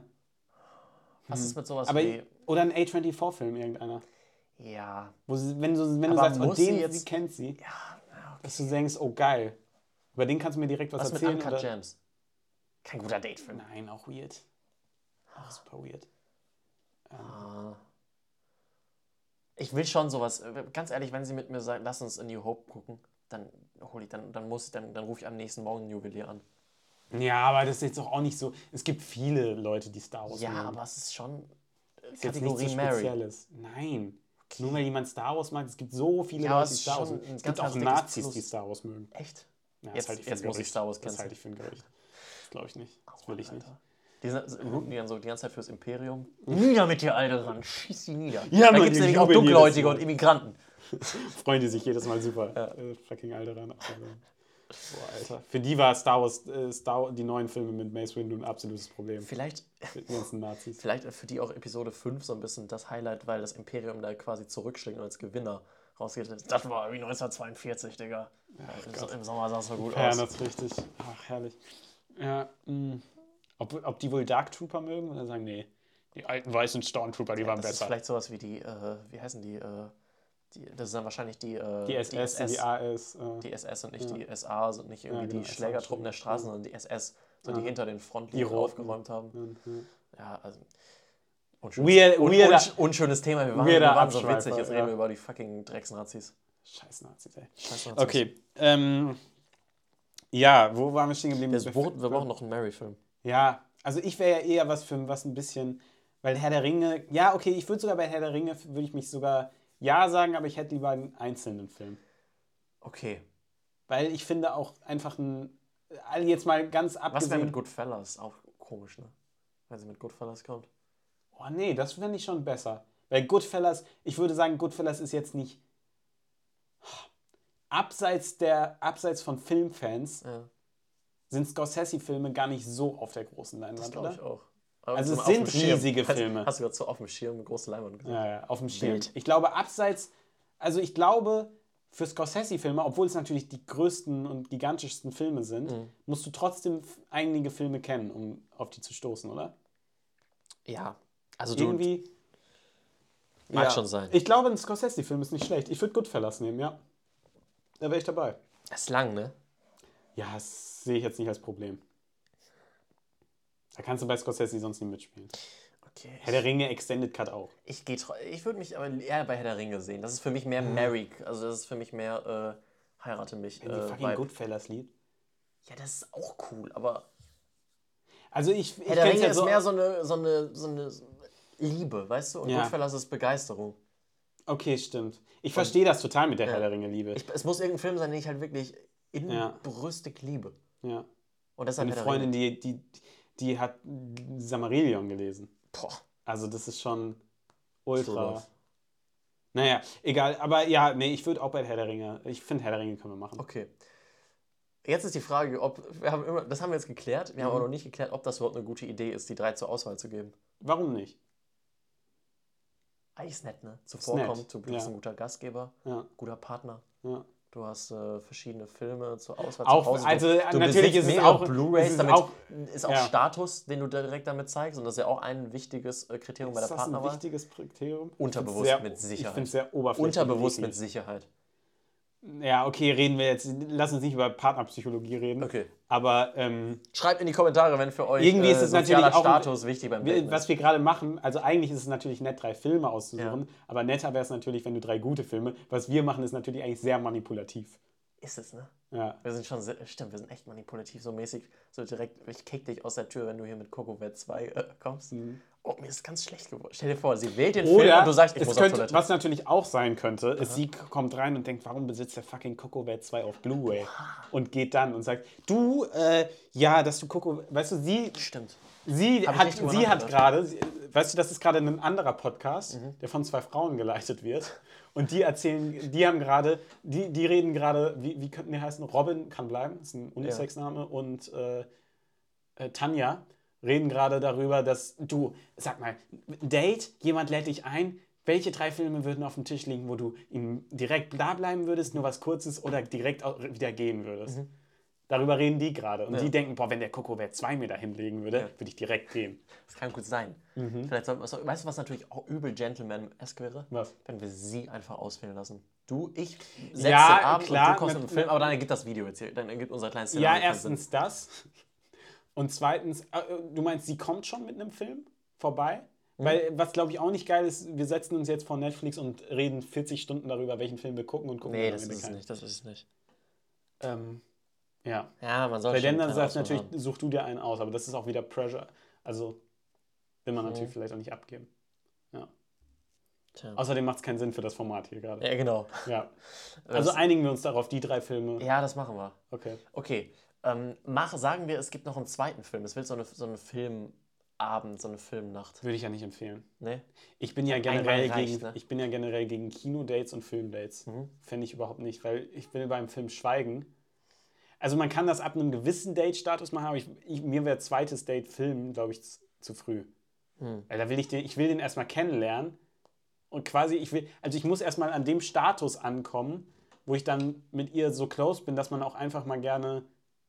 Was hm. ist mit sowas aber, wie. Oder ein A vierundzwanzig-Film, irgendeiner. Ja. Wo sie, wenn du, wenn du sagst, oh, den jetzt, sie kennt sie, ja, okay. dass du denkst, oh geil. Über den kannst du mir direkt was, was erzählen. Was mit Uncut Gems? Kein guter Datefilm. Nein, auch weird. Auch super weird. Ähm. Ich will schon sowas, ganz ehrlich, wenn sie mit mir sagen, lass uns in New Hope gucken, dann hol ich, dann, dann muss ich, dann, dann rufe ich am nächsten Morgen einen Juwelier an. Ja, aber das ist jetzt auch nicht so, es gibt viele Leute, die Star Wars Ja, mögen. aber es ist schon ist Kategorie so Mary. Spezielles. Nein. Okay. Nur weil jemand Star Wars mag, es gibt so viele ja, Leute, die Star Wars mögen. Es gibt auch Nazis, die Star Wars mögen. Echt? Ja, jetzt halt jetzt muss ich Star Wars kennen. Das halte ich für ein Gerücht. Das glaube ich nicht. Das will ich nicht. Die routen die dann so die ganze Zeit fürs Imperium. Nieder mit dir, Alte, ran. Schieß sie nieder. Ja, da gibt es nämlich auch Dunkelhäutige und Immigranten. Freuen die sich jedes Mal super. Ja. Äh, fucking Alderan. Boah, Alter. Für die war Star Wars, äh, Star, die neuen Filme mit Mace Windu ein absolutes Problem. Vielleicht, mit den ganzen Nazis. Vielleicht für die auch Episode fünf so ein bisschen das Highlight, weil das Imperium da quasi zurückschlägt und als Gewinner rausgeht. Das war wie neunzehnhundertzweiundvierzig, Digga. Ach, Im, Im Sommer sah es so gut ja, aus. Ja, das ist richtig. Ach, herrlich. Ja, mh. Ob, ob die wohl Dark Trooper mögen oder sagen, nee, Die alten weißen Stormtrooper, die ja, waren das besser. Das ist vielleicht sowas wie die, äh, wie heißen die, äh, die, das sind dann wahrscheinlich die, äh, die S S, die, S S, die A S. Äh, die S S und nicht ja. die S A, also nicht irgendwie ja, genau, die Schlägertruppen der Straßen, ja. sondern die S S, so ja. die hinter den Frontlinien aufgeräumt haben. Ja, ja also unschönes, weird, un, un, unschönes Thema, wir waren, wir waren so witzig, jetzt ja. reden wir über die fucking Drecksnazis. Scheiß Nazis, ey. Scheiß Nazis. Okay, ähm, ja, wo waren wir stehen geblieben? Das Boot, wir brauchen noch einen Mary-Film. Ja, also ich wäre ja eher was für was ein bisschen, weil Herr der Ringe, ja, okay, ich würde sogar bei Herr der Ringe, würde ich mich sogar ja sagen, aber ich hätte lieber einen einzelnen Film. Okay. Weil ich finde auch einfach ein, jetzt mal ganz abgesehen... Was wäre mit Goodfellas? Auch komisch, ne? Wenn sie mit Goodfellas kommt. Oh nee, das fände ich schon besser. Weil Goodfellas, ich würde sagen, Goodfellas ist jetzt nicht... Abseits, der, abseits von Filmfans ja. sind Scorsese-Filme gar nicht so auf der großen Leinwand, das oder? Das glaube ich auch. Aber also es sind riesige Schirm. Filme. Hast du gerade so auf dem Schirm eine große Leinwand gesagt? Ja, ja, auf dem Schirm. Bild. Ich glaube, abseits, also ich glaube, für Scorsese-Filme, obwohl es natürlich die größten und gigantischsten Filme sind, mhm. musst du trotzdem einige Filme kennen, um auf die zu stoßen, oder? Ja. Also irgendwie. Du, mag ja. schon sein. Ich glaube, ein Scorsese-Film ist nicht schlecht. Ich würde Goodfellas nehmen, ja. Da wäre ich dabei. Das ist lang, ne? Ja, das sehe ich jetzt nicht als Problem. Da kannst du bei Scorsese sonst nicht mitspielen. Okay. Herr der Ringe Extended Cut auch. Ich, ich würde mich aber eher bei Herr der Ringe sehen. Das ist für mich mehr mhm. Mary. Also das ist für mich mehr äh, heirate mich. Ja, die äh, fucking Goodfellas-Lied. Ja, das ist auch cool, aber... Also ich... ich Herr der Ringe ja ist so mehr so eine, so, eine, so eine Liebe, weißt du? Und ja. Goodfellas ist Begeisterung. Okay, stimmt. Ich und, verstehe das total mit der ja. Herr der Ringe-Liebe. Ich, es muss irgendein Film sein, den ich halt wirklich inbrüstig ja. liebe. Ja. Und das ist eine Freundin, die, die, die hat Silmarillion gelesen. Boah. Also das ist schon ultra... So naja, egal. Aber ja, nee, ich würde auch bei Herr der Ringe... Ich finde, Herr der Ringe können wir machen. Okay. Jetzt ist die Frage, ob... Wir haben immer, das haben wir jetzt geklärt. Wir mhm. haben aber noch nicht geklärt, ob das überhaupt eine gute Idee ist, die drei zur Auswahl zu geben. Warum nicht? Eigentlich ist nett, ne? Zuvorkommt, du bist ja. ein guter Gastgeber, ja. guter Partner. Ja. Du hast äh, verschiedene Filme zur Auswahl auch, zu Hause. Also du natürlich ist es auch Blu-rays, damit auch, ist auch ja. Status, den du direkt damit zeigst. Und das ist ja auch ein wichtiges äh, Kriterium ist bei der Partnerwahl. Ist das ein wichtiges Kriterium? Unterbewusst sehr, mit Sicherheit. Ich finde es sehr oberflächlich. Unterbewusst mit Sicherheit. Ja, okay, reden wir jetzt, lass uns nicht über Partnerpsychologie reden. Okay. Aber ähm, schreibt in die Kommentare, wenn für euch irgendwie ist es äh, sozialer natürlich auch Status wichtig beim Daten. Was wir gerade machen, also eigentlich ist es natürlich nett, drei Filme auszusuchen, ja. aber netter wäre es natürlich, wenn du drei gute Filme. Was wir machen, ist natürlich eigentlich sehr manipulativ. Ist es, ne? Ja. Wir sind schon sehr, stimmt, wir sind echt manipulativ, so mäßig, so direkt, ich kick dich aus der Tür, wenn du hier mit Kokowet zwei äh, kommst. Mhm. Oh, mir ist ganz schlecht geworden. Stell dir vor, sie wählt den Oder Film und du sagst, ich es muss könnte, auf Toilette. Was natürlich auch sein könnte, ist, Aha. sie kommt rein und denkt, warum besitzt der fucking Kokowet zwei auf Blu-ray? Wow. Und geht dann und sagt, du, äh, ja, dass du Kokowet, weißt du, sie... Stimmt. Sie Hab hat, sie hat gerade, weißt du, das ist gerade ein anderer Podcast, mhm. der von zwei Frauen geleitet wird. Und die erzählen, die haben gerade, die, die reden gerade, wie, wie könnten die heißen? Robin kann bleiben, das ist ein Unisex-Name. Ja. Und äh, äh, Tanja reden gerade darüber, dass du, sag mal, Date, jemand lädt dich ein, welche drei Filme würden auf dem Tisch liegen, wo du ihm direkt da bleiben würdest, nur was Kurzes oder direkt wieder gehen würdest? Mhm. Darüber reden die gerade. Und ja. die denken, boah, wenn der Kokowet zwei mir da hinlegen würde, ja. würde ich direkt gehen. Das kann gut sein. Mhm. Vielleicht sollten wir, weißt du, was natürlich auch übel Gentleman-esque wäre? Was? Wenn wir sie einfach auswählen lassen. Du, ich setze ja, den Abend klar, und du kommst mit dem Film, aber dann ergibt das Video jetzt hier, dann ergibt unser kleines Ja, erstens das. Und zweitens, äh, du meinst, sie kommt schon mit einem Film vorbei? Mhm. Weil, was glaube ich auch nicht geil ist, wir setzen uns jetzt vor Netflix und reden vierzig Stunden darüber, welchen Film wir gucken und gucken. Nee, das ist es nicht, das ist es nicht. Ähm... Ja. Ja, man soll Weil schon. Weil dann sagt natürlich, haben. Such du dir einen aus, aber das ist auch wieder Pressure. Also will man mhm. natürlich vielleicht auch nicht abgeben. Ja. Tja. Außerdem macht es keinen Sinn für das Format hier gerade. Ja, genau. Ja. Also das einigen wir uns darauf, die drei Filme. Ja, das machen wir. Okay. Okay. Ähm, mach, sagen wir, es gibt noch einen zweiten Film. Es wird so eine, so eine Filmabend, so eine Filmnacht. Würde ich ja nicht empfehlen. Nee? Ich bin ja generell reicht, gegen, ne? ich bin ja generell gegen Kinodates und Filmdates. Mhm. Fände ich überhaupt nicht, weil ich will beim Film schweigen. Also man kann das ab einem gewissen Date-Status machen, aber ich, ich, mir wäre zweites Date filmen, glaube ich, zu, zu früh. Hm. Weil da will ich den, ich will den erstmal kennenlernen und quasi, ich will, also ich muss erstmal an dem Status ankommen, wo ich dann mit ihr so close bin, dass man auch einfach mal gerne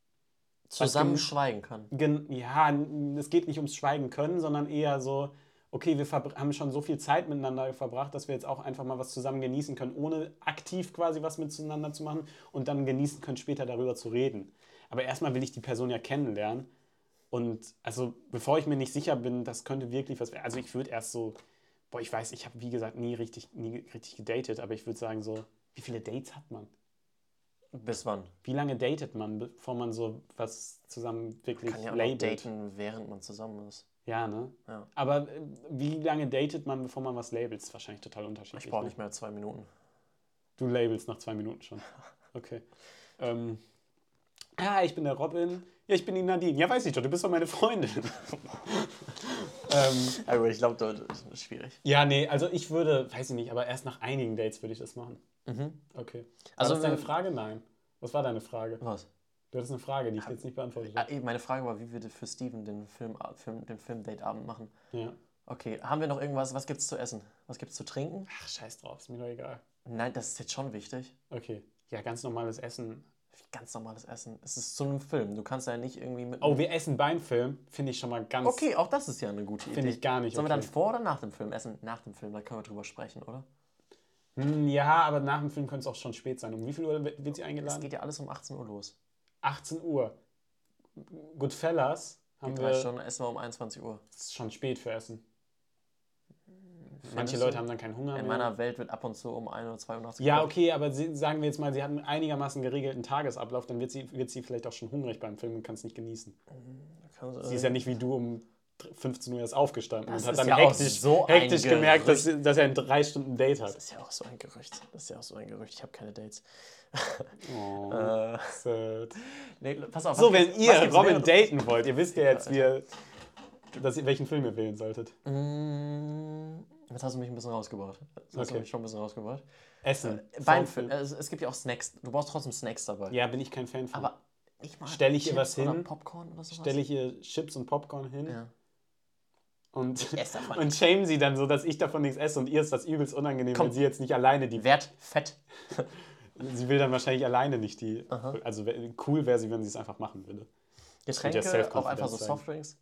zusammen schweigen kann. Gen, ja, es geht nicht ums Schweigen können, sondern eher so, okay, wir verbr- haben schon so viel Zeit miteinander verbracht, dass wir jetzt auch einfach mal was zusammen genießen können, ohne aktiv quasi was miteinander zu machen und dann genießen können, später darüber zu reden. Aber erstmal will ich die Person ja kennenlernen. Und also, bevor ich mir nicht sicher bin, das könnte wirklich was werden. Also, ich würde erst so, boah, ich weiß, ich habe wie gesagt nie richtig, nie richtig gedatet, aber ich würde sagen so, wie viele Dates hat man? Bis wann? Wie lange datet man, bevor man so was zusammen wirklich labelt? Man kann ja auch daten, während man zusammen ist. Ja, ne? Ja. Aber äh, wie lange datet man, bevor man was labelt? Ist wahrscheinlich total unterschiedlich. Ich brauche ne? nicht mehr zwei Minuten. Du labelst nach zwei Minuten schon. Okay. ähm, ah, ich bin der Robin. Ja, ich bin die Nadine. Ja, weiß ich doch, du bist doch meine Freundin. ähm, aber ich glaube, das ist schwierig. Ja, nee, also ich würde, weiß ich nicht, aber erst nach einigen Dates würde ich das machen. Mhm. Okay. War also das deine Frage? Nein. Was war deine Frage? Was? Du hattest eine Frage, die ich jetzt nicht beantwortet habe. Meine Frage war, wie wir für Steven den Film, Film, den Film-Date-Abend machen. Ja. Okay, haben wir noch irgendwas? Was gibt's zu essen? Was gibt's zu trinken? Ach, scheiß drauf, ist mir doch egal. Nein, das ist jetzt schon wichtig. Okay. Ja, ganz normales Essen. Ganz normales Essen. Es ist zu einem Film. Du kannst ja nicht irgendwie mit... Oh, wir essen beim Film. Finde ich schon mal ganz... Okay, auch das ist ja eine gute Idee. Finde ich gar nicht Sollen okay. wir dann vor oder nach dem Film essen? Nach dem Film, da können wir drüber sprechen, oder? Hm, ja, aber nach dem Film könnte es auch schon spät sein. Um wie viel Uhr wird sie eingeladen? Es geht ja alles um achtzehn Uhr los. achtzehn Uhr. Goodfellas haben Die wir... drei Stunden essen wir um einundzwanzig Uhr. Das ist schon spät für Essen. Findest Manche du? Leute haben dann keinen Hunger In mehr. meiner Welt wird ab und zu um ein oder zwei Uhr nachts Ja, okay, aber sie, sagen wir jetzt mal, sie hat einen einigermaßen geregelten Tagesablauf, dann wird sie, wird sie vielleicht auch schon hungrig beim Film und kann es nicht genießen. Kann, Sie ist ja nicht wie du um fünfzehn Uhr erst aufgestanden Das und hat ist dann ja hektisch, auch so hektisch ein gemerkt, dass, Gerücht. dass er in drei Stunden ein Date Das hat. ist ja auch so ein Gerücht. Das ist ja auch so ein Gerücht. Ich habe keine Dates. Oh, Äh, sad. nee, pass auf. So, was wenn gibt's- ihr was gibt's Robin während- daten wollt, ihr wisst ja jetzt, Ja, wie ihr, dass ihr, welchen Film ihr wählen solltet. Mm, Jetzt hast du mich ein bisschen rausgebracht. Jetzt hast Okay. du mich schon ein bisschen rausgebracht. Essen. Äh, beim Vorm Film. Es, es gibt ja auch Snacks. Du brauchst trotzdem Snacks dabei. Ja, bin ich kein Fan von. Aber nicht mal Stell ich ihr Chips was hin? Oder Popcorn oder sowas? Stelle ich ihr Chips und Popcorn hin Ja. und, Ich esse davon und shame sie dann so, dass ich davon nichts esse und ihr ist das übelst unangenehm, Komm. wenn sie jetzt nicht alleine die... Wert Fett. Sie will dann wahrscheinlich alleine nicht die... Aha. Also wär- cool wäre sie, wenn sie es einfach machen würde. Getränke, Self-Confidence auch einfach so sein. Softdrinks.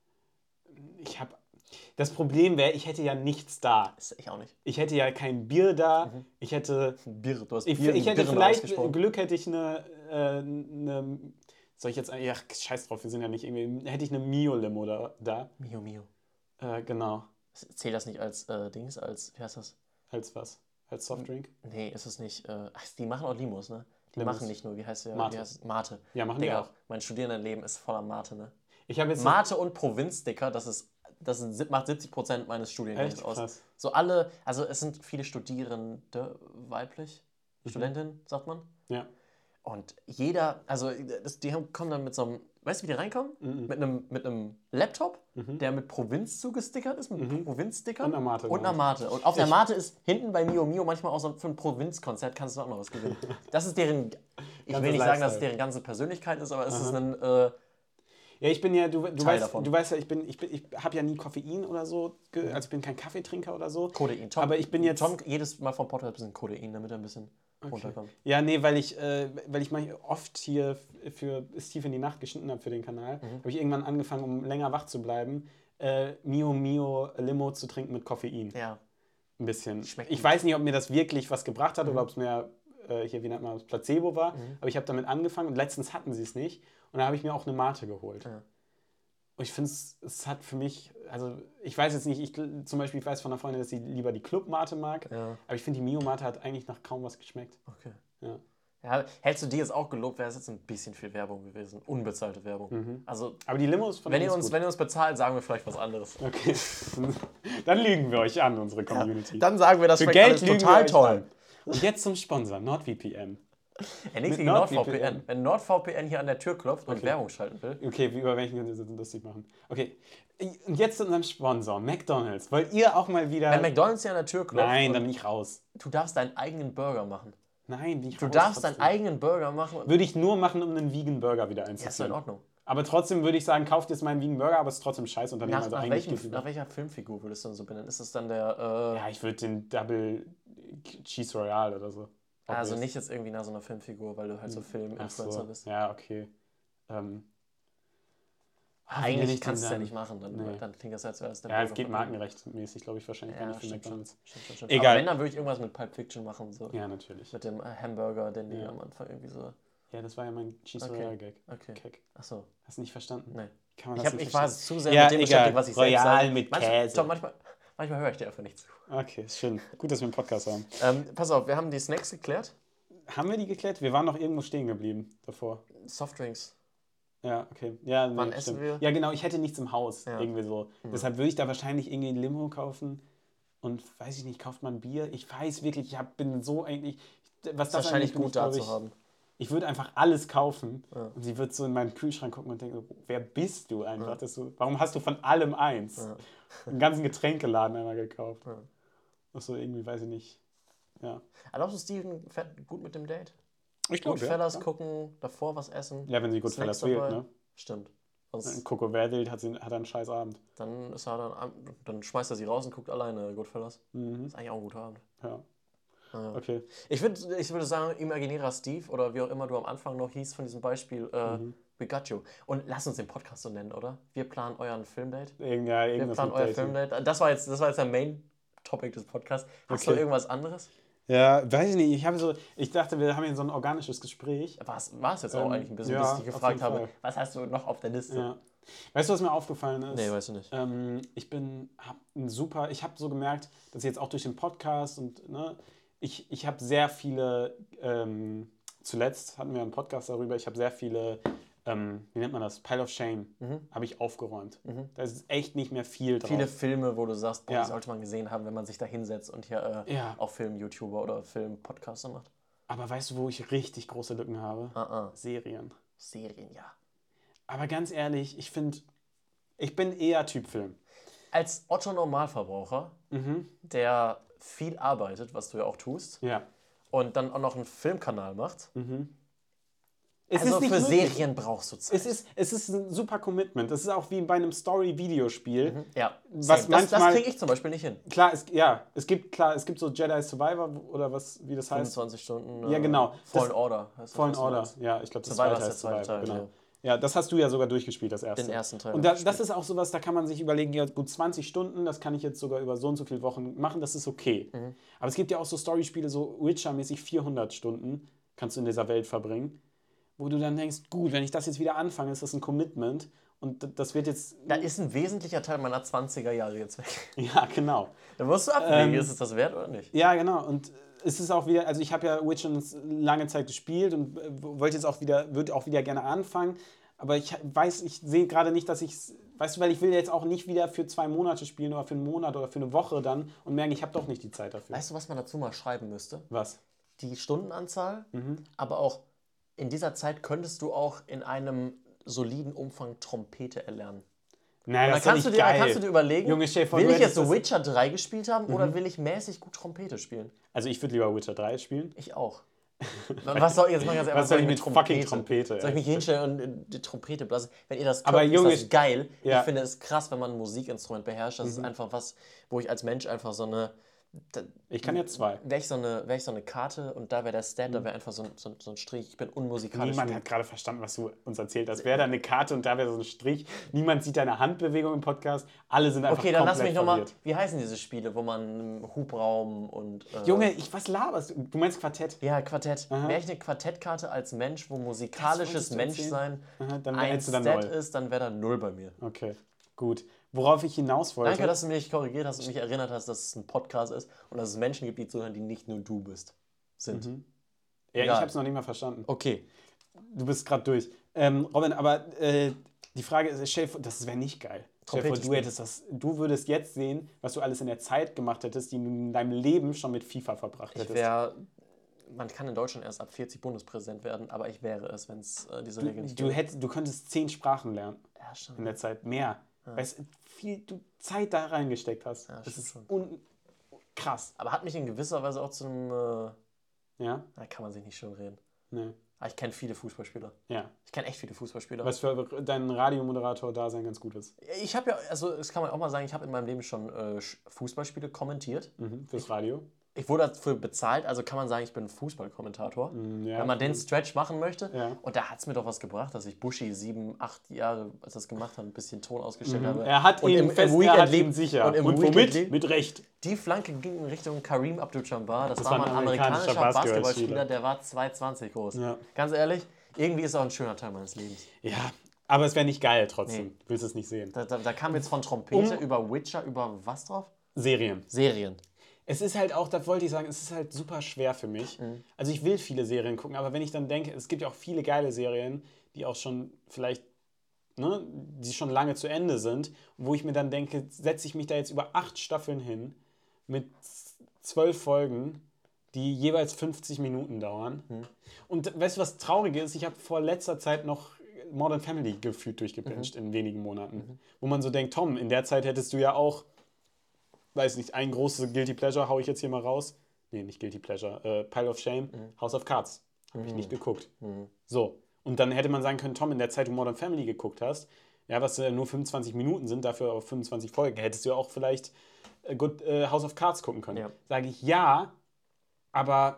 Ich habe... Das Problem wäre, ich hätte ja nichts da. Ist ich auch nicht. Ich hätte ja kein Bier da. Mhm. Ich hätte... Bier, du hast Ich, Bier ich wie hätte Birne vielleicht ausgesprochen. Glück, hätte ich eine... Äh, eine soll ich jetzt... Ja, scheiß drauf, wir sind ja nicht irgendwie... Hätte ich eine Mio-Limo da. da. Mio Mio. Äh, genau. Zählt das nicht als äh, Dings, als, wie heißt das? Als was? Als Softdrink? Nee, ist es nicht. Äh, ach, die machen auch Limos, ne? Die Limos. machen nicht nur, wie heißt der? Mate. Wie heißt, Mate. Ja, machen Digga, die auch. mein Studierendenleben ist voller Mate, ne? Ich habe jetzt... Mate und Provinzdicker, das ist, das sind, sieb- macht siebzig Prozent meines Studiengangs Echt aus. krass. So alle, also es sind viele Studierende weiblich, Mhm. Studentin, sagt man. Ja. Und jeder, also das, die haben, kommen dann mit so einem, weißt du, wie die reinkommen? Mhm. Mit einem, mit einem Laptop, Mhm. der mit Provinz zugestickert ist, mit Mhm. Provinzstickern. Und einer Mate. Und einer Mate. Und auf der Mate ist hinten bei Mio Mio manchmal auch so für ein Provinzkonzert kannst du auch noch was gewinnen. Das ist deren, ich Ganze will nicht sagen, dass es Lifestyle. deren ganze Persönlichkeit ist, aber es ist Aha. ein, äh, Ja, ich bin ja, du, du, Teil weißt, davon. du weißt ja, ich bin, ich bin, ich habe ja nie Koffein oder so, ge- also ich bin kein Kaffeetrinker oder so. Codein. Tom, Aber ich bin jetzt- Tom jedes Mal vom Podcast ein bisschen Codein, damit er ein bisschen runterkommt. Ja, nee, weil ich, äh, weil ich mal oft hier f- für Ist tief in die Nacht geschnitten habe für den Kanal, Mhm. habe ich irgendwann angefangen, um länger wach zu bleiben, äh, Mio Mio Limo zu trinken mit Koffein. Ja. Ein bisschen. Schmeckt Ich gut. weiß nicht, ob mir das wirklich was gebracht hat Mhm. oder ob es mir, äh, hier, wie nennt man das, Placebo war, Mhm. aber ich habe damit angefangen und letztens hatten sie es nicht und da habe ich mir auch eine Mate geholt. Ja. Und ich finde, es, es hat für mich, also ich weiß jetzt nicht, ich zum Beispiel, ich weiß von einer Freundin, dass sie lieber die Club-Mate mag, Ja. aber ich finde, die Mio-Mate hat eigentlich nach kaum was geschmeckt. Okay. Ja. Ja, hättest du die jetzt auch gelobt, wäre es jetzt ein bisschen viel Werbung gewesen. Unbezahlte Werbung. Mhm. Also, Aber die Limo ist von wenn ihr, uns uns, gut. wenn ihr uns bezahlt, sagen wir vielleicht was anderes. Okay. Dann lügen wir euch an, unsere Community. Dann sagen wir, das Für schmeckt Geld alles lügen total wir euch toll. an. Und jetzt zum Sponsor, NordVPN. Ja, nichts Mit gegen NordVPN. NordVPN. Wenn NordVPN hier an der Tür klopft und Okay. Werbung schalten will. Okay, wie, über welchen können wir das lustig machen? Okay, und jetzt zu unserem Sponsor, McDonald's. Wollt ihr auch mal wieder... Wenn McDonald's hier an der Tür klopft, Nein, und dann bin ich raus. du darfst deinen eigenen Burger machen. Nein, bin ich Du raus. darfst trotzdem. deinen eigenen Burger machen. Würde ich nur machen, um einen Vegan Burger wieder Ja, ist doch in einzuführen. Ordnung. Aber trotzdem würde ich sagen, kauft jetzt meinen Vegan Burger, aber es ist trotzdem scheiß Unternehmen. Nach, also nach, eigentlich welchem, geht's nach über- welcher Filmfigur würdest du dann so benennen? Ist das dann der. Äh, Ja, ich würde den Double Cheese Royale oder so. also Obvious. nicht jetzt irgendwie nach so einer Filmfigur, weil du halt so Ach Film-Influencer so. bist. Ja, okay. Ähm. Ach, eigentlich kannst du es ja nicht machen, dann, nee. dann klingt das, als wäre es der Ja, es geht markenrechtmäßig, glaube ich, wahrscheinlich ja, gar nicht für McDonald's. Stimmt, stimmt, stimmt. Egal. Aber wenn, dann würde ich irgendwas mit Pulp Fiction machen. So. Ja, natürlich. Mit dem Hamburger, den die ja. am Anfang irgendwie so... Ja, das war ja mein Cheese okay. Royale Gag. Okay. Kek. Achso. Hast du nicht verstanden? Nee. Kann man ich das hab, nicht ich war zu sehr ja, mit dem egal. beschäftigt, was ich Royal selbst sage. mit manchmal, Käse. Doch, manchmal, manchmal höre ich dir einfach nicht zu. Okay, ist schön. Gut, dass wir einen Podcast haben. Ähm, pass auf, wir haben die Snacks geklärt. Haben wir die geklärt? Wir waren noch irgendwo stehen geblieben davor. Softdrinks. Ja, okay. Ja, nee, Wann essen wir? Ja, genau, ich hätte nichts im Haus. Ja. Irgendwie so. Mhm. Deshalb würde ich da wahrscheinlich irgendwie ein Limo kaufen. Und weiß ich nicht, kauft man Bier? Ich weiß wirklich, ich hab, bin so eigentlich. Was das wahrscheinlich gut ich, da ich, zu haben. Ich würde einfach alles kaufen. Ja. Und sie wird so in meinen Kühlschrank gucken und denken, wer bist du einfach? Ja. Dass du, warum hast du von allem eins? Ja. Einen ganzen Getränkeladen einmal gekauft. Ja. Ach so, irgendwie, weiß ich nicht. Ja. Glaubst du, Steven fährt gut mit dem Date? Ich glaube, Goodfellas ja. gucken, davor was essen. Ja, wenn sie Goodfellas wählt, ne? Stimmt. Wenn Coco wählt, hat, sie, hat er einen scheiß Abend. Dann, ist er dann, dann schmeißt er sie raus und guckt alleine Goodfellas. Mhm. Das ist eigentlich auch ein guter Abend. Ja. Ah, ja. Okay. Ich, würd, ich würde sagen, imaginärer Steve oder wie auch immer du am Anfang noch hieß von diesem Beispiel, äh, mhm. We got you. Und lass uns den Podcast so nennen, oder? Wir planen euren Filmdate. Ja, Wir planen euer Filmdate. Das war jetzt, das war jetzt der Main-Topic des Podcasts. Hast okay. du irgendwas anderes? Ja, weiß ich nicht. Ich habe so, ich dachte, wir haben hier so ein organisches Gespräch. War es jetzt auch ähm, eigentlich ein bisschen, ja, bis ich gefragt habe, was hast du noch auf der Liste? Ja. Weißt du, was mir aufgefallen ist? Nee, weißt du nicht. Ähm, ich bin, hab ein super, ich habe so gemerkt, dass jetzt auch durch den Podcast und, ne, ich, ich habe sehr viele, ähm, zuletzt hatten wir einen Podcast darüber, ich habe sehr viele, ähm, wie nennt man das, Pile of Shame, mhm. habe ich aufgeräumt. Mhm. Da ist echt nicht mehr viel drauf. Viele Filme, wo du sagst, boah, ja. die sollte man gesehen haben, wenn man sich da hinsetzt und hier äh, ja. auch Film-YouTuber oder Film-Podcaster macht. Aber weißt du, wo ich richtig große Lücken habe? Uh-uh. Serien. Serien, ja. Aber ganz ehrlich, ich finde, ich bin eher Typ Film. Als Otto-Normalverbraucher, mhm. der viel arbeitet, was du ja auch tust, ja. und dann auch noch einen Filmkanal macht, mhm. Es also ist nicht für möglich. Serien brauchst du Zeit. Es ist, es ist ein super Commitment. Das ist auch wie bei einem Story-Videospiel. Mhm. Ja, was manchmal, das, das kriege ich zum Beispiel nicht hin. Klar, es, ja, es gibt, klar, es gibt so Jedi Survivor oder was, wie das heißt. fünfundzwanzig Stunden. Ja, genau. Fallen das, Order. Heißt Fallen Order, ja, ich glaube, das zweite heißt Survivor. Teil, genau. Ja. ja, das hast du ja sogar durchgespielt, das erste. Den ersten Teil. Und da, das ist auch sowas, da kann man sich überlegen, ja gut, zwanzig Stunden, das kann ich jetzt sogar über so und so viele Wochen machen, das ist okay. Mhm. Aber es gibt ja auch so Story-Spiele, so Witcher-mäßig vierhundert Stunden kannst du in dieser Welt verbringen. Wo du dann denkst, gut, wenn ich das jetzt wieder anfange, ist das ein Commitment und das wird jetzt... Da ist ein wesentlicher Teil meiner zwanziger Jahre jetzt weg. Ja, genau. Da musst du abwägen, ähm, ist es das wert oder nicht? Ja, genau. Und es ist auch wieder, also ich habe ja Witcher lange Zeit gespielt und wollte jetzt auch wieder, würde auch wieder gerne anfangen, aber ich weiß, ich sehe gerade nicht, dass ich weißt du, weil ich will jetzt auch nicht wieder für zwei Monate spielen oder für einen Monat oder für eine Woche dann und merken, ich habe doch nicht die Zeit dafür. Weißt du, was man dazu mal schreiben müsste? Was? Die Stundenanzahl, mhm. aber auch in dieser Zeit könntest du auch in einem soliden Umfang Trompete erlernen. Naja, das dann kannst, ist du dir, geil. dann kannst du dir überlegen, Junge, Chef, will ich jetzt so Witcher drei gespielt haben mhm. oder will ich mäßig gut Trompete spielen? Also ich würde lieber Witcher drei spielen. Ich auch. Was soll ich jetzt machen? Jetzt Was soll ich mit Trompete? fucking Trompete? Soll ich mich hinstellen und die Trompete blasen? Wenn ihr das könnt, ist Junge, das geil. Ja. Ich finde es krass, wenn man ein Musikinstrument beherrscht. Das mhm. ist einfach was, wo ich als Mensch einfach so eine... Da, ich kann jetzt zwei. Wäre ich, so wär ich so eine Karte und da wäre der Stat, mhm. da wäre einfach so, so, so ein Strich. Ich bin unmusikalisch. Niemand hat gerade verstanden, was du uns erzählt hast. Wäre da eine Karte und da wäre so ein Strich. Niemand sieht deine Handbewegung im Podcast. Alle sind einfach okay, dann komplett lass mich nochmal. verwirrt. Wie heißen diese Spiele, wo man Hubraum und. Äh, Junge, ich, was laberst du? Du meinst Quartett? Ja, Quartett. Wäre ich eine Quartettkarte als Mensch, wo musikalisches Menschsein dann ein Stat dann ist, dann wäre da null bei mir. Okay, gut. Worauf ich hinaus wollte. Danke, dass du mich korrigiert hast und mich erinnert hast, dass es ein Podcast ist und dass es Menschen gibt, die zuhören, die nicht nur du bist. Sind. Mhm. Ja, Egal. Ich habe es noch nicht mal verstanden. Okay. Du bist gerade durch. Ähm, Robin, aber äh, die Frage ist, Chef, das wäre nicht geil. Chef, du, hättest das, du würdest jetzt sehen, was du alles in der Zeit gemacht hättest, die du in deinem Leben schon mit FIFA verbracht hättest. Ich wäre... Man kann in Deutschland erst ab vierzig Bundespräsident werden, aber ich wäre es, wenn es äh, diese Regel nicht du, hättest, du könntest zehn Sprachen lernen. Ja, schon. In der Zeit. Mehr. Ja. Weil viel du Zeit da reingesteckt hast. Ja, das ist schon. Un- krass. Aber hat mich in gewisser Weise auch zu einem... Äh, ja? Da kann man sich nicht schön reden. Nee. Aber ich kenne viele Fußballspieler. Ja. Ich kenne echt viele Fußballspieler. Was für dein Radiomoderator-Dasein ganz gut ist. Ich habe ja, also das kann man auch mal sagen, ich habe in meinem Leben schon äh, Fußballspiele kommentiert. Mhm, fürs Radio? ich wurde dafür bezahlt, also kann man sagen, ich bin ein Fußballkommentator. Ja, wenn man den Stretch machen möchte. Ja. Und da hat es mir doch was gebracht, dass ich Buschi sieben, acht Jahre, als das gemacht hat, ein bisschen Ton ausgestellt mhm. habe. Er hat und ihn im, fest, im Weekend er hat ihn sicher. Und, im und Weekend womit? Mit Recht. Die Flanke ging in Richtung Kareem Abdul-Jabbar. Das, das war mal ein amerikanischer, amerikanischer Basketballspieler, der war zwei zwanzig groß. Ja. Ganz ehrlich, irgendwie ist auch ein schöner Teil meines Lebens. Ja, aber es wäre nicht geil trotzdem. Nee. Willst du es nicht sehen. Da, da, da kam jetzt von Trompete um, über Witcher, über was drauf? Serien. Serien. Es ist halt auch, da wollte ich sagen, es ist halt super schwer für mich. Mhm. Also ich will viele Serien gucken, aber wenn ich dann denke, es gibt ja auch viele geile Serien, die auch schon vielleicht, ne, die schon lange zu Ende sind, wo ich mir dann denke, setze ich mich da jetzt über acht Staffeln hin mit zwölf Folgen, die jeweils fünfzig Minuten dauern. Mhm. Und weißt du, was traurig ist? Ich habe vor letzter Zeit noch Modern Family gefühlt durchgebinged mhm. in wenigen Monaten. Mhm. Wo man so denkt, Tom, in der Zeit hättest du ja auch, weiß nicht, ein großes Guilty Pleasure, hau ich jetzt hier mal raus. Nee, nicht Guilty Pleasure, äh, Pile of Shame, mhm. House of Cards. Habe ich mhm. nicht geguckt. Mhm. So. Und dann hätte man sagen können, Tom, in der Zeit, wo du Modern Family geguckt hast, ja, was äh, nur fünfundzwanzig Minuten sind, dafür auf fünfundzwanzig Folgen, hättest du ja auch vielleicht äh, gut, äh, House of Cards gucken können. Ja. Sage ich, ja, aber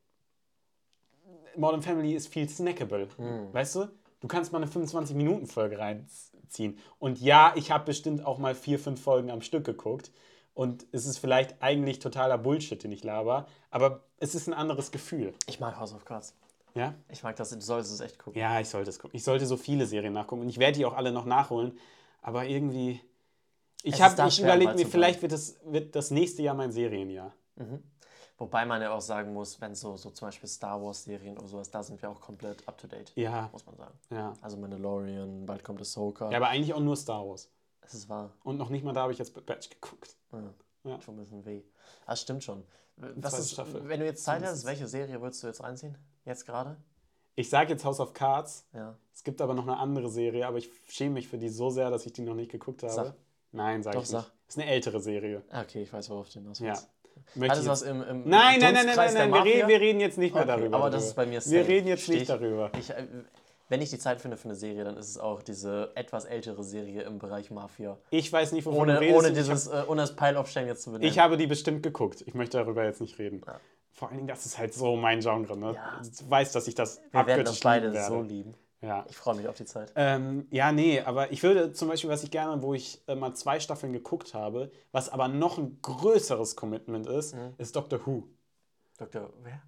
Modern Family ist viel snackable. Mhm. Weißt du? Du kannst mal eine fünfundzwanzig-Minuten-Folge reinziehen. Und ja, ich habe bestimmt auch mal vier, fünf Folgen am Stück geguckt. Und es ist vielleicht eigentlich totaler Bullshit, den ich laber. Aber es ist ein anderes Gefühl. Ich mag House of Cards. Ja? Ich mag das, du solltest es echt gucken. Ja, ich sollte es gucken. Ich sollte so viele Serien nachgucken. Und ich werde die auch alle noch nachholen. Aber irgendwie... Ich, hab, ich überlege mir, vielleicht wird das, wird das nächste Jahr mein Serienjahr. Mhm. Wobei man ja auch sagen muss, wenn so, so zum Beispiel Star Wars Serien oder sowas, da sind wir auch komplett up to date. Ja. Muss man sagen. Ja. Also Mandalorian, bald kommt Ahsoka. Ja, aber eigentlich auch nur Star Wars. Das ist wahr. Und noch nicht mal da habe ich jetzt Bad Batch geguckt. Ja. Ja. Schon ein bisschen weh. Das stimmt schon. Was ist, wenn du jetzt Zeit hast, welche Serie würdest du jetzt reinziehen? Jetzt gerade? Ich sage jetzt House of Cards. Ja. Es gibt aber noch eine andere Serie, aber ich schäme mich für die so sehr, dass ich die noch nicht geguckt habe. Sag. Nein, sag Doch, ich nicht. Sag. Das ist eine ältere Serie. Okay, ich weiß, worauf du hinaus willst. Ja. Alles was im, im Nein, nein, nein, nein, nein, nein. Wir, reden, wir reden jetzt nicht mehr okay, darüber. Aber das ist bei mir safe. Wir reden jetzt nicht darüber. Ich, wenn ich die Zeit finde für eine Serie, dann ist es auch diese etwas ältere Serie im Bereich Mafia. Ich weiß nicht, wovon ohne, du redest. Ohne, dieses, hab, ohne das Pile of Shame jetzt zu benennen. Ich habe die bestimmt geguckt. Ich möchte darüber jetzt nicht reden. Ja. Vor allen Dingen, das ist halt so mein Genre. Ne? Ja. Du weißt, dass ich das Wir werden das beide werde. so lieben. Ja. Ich freue mich auf die Zeit. Ähm, ja, nee, aber ich würde zum Beispiel, was ich gerne, wo ich äh, mal zwei Staffeln geguckt habe, was aber noch ein größeres Commitment ist, mhm. ist Doctor Who. Doktor wer?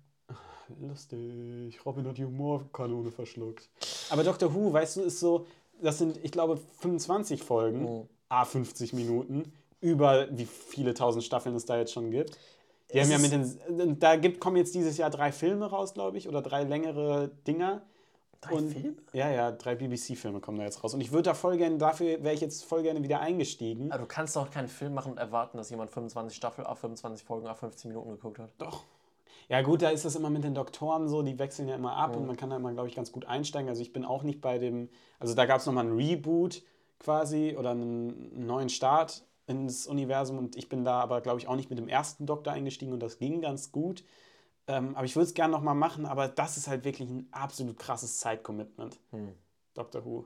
Lustig, Robin hat die Humorkanone verschluckt. Aber Doctor Who, weißt du, ist so, das sind, ich glaube, fünfundzwanzig Folgen, mhm. à fünfzig Minuten, über wie viele tausend Staffeln es da jetzt schon gibt. Die es haben ja mit den, da gibt, kommen jetzt dieses Jahr drei Filme raus, glaube ich, oder drei längere Dinger. Drei und, Filme? Ja, ja, drei B B C-Filme kommen da jetzt raus. Und ich würde da voll gerne, dafür wäre ich jetzt voll gerne wieder eingestiegen. Aber du kannst doch keinen Film machen und erwarten, dass jemand fünfundzwanzig Staffeln auf fünfundzwanzig Folgen auf fünfzehn Minuten geguckt hat. Doch. Ja gut, da ist das immer mit den Doktoren so, die wechseln ja immer ab mhm. und man kann da immer, glaube ich, ganz gut einsteigen. Also ich bin auch nicht bei dem, also da gab es nochmal einen Reboot quasi oder einen neuen Start ins Universum und ich bin da aber, glaube ich, auch nicht mit dem ersten Doktor eingestiegen und das ging ganz gut. Ähm, aber ich würde es gerne nochmal machen, aber das ist halt wirklich ein absolut krasses Zeitcommitment. Hm. Doctor Who.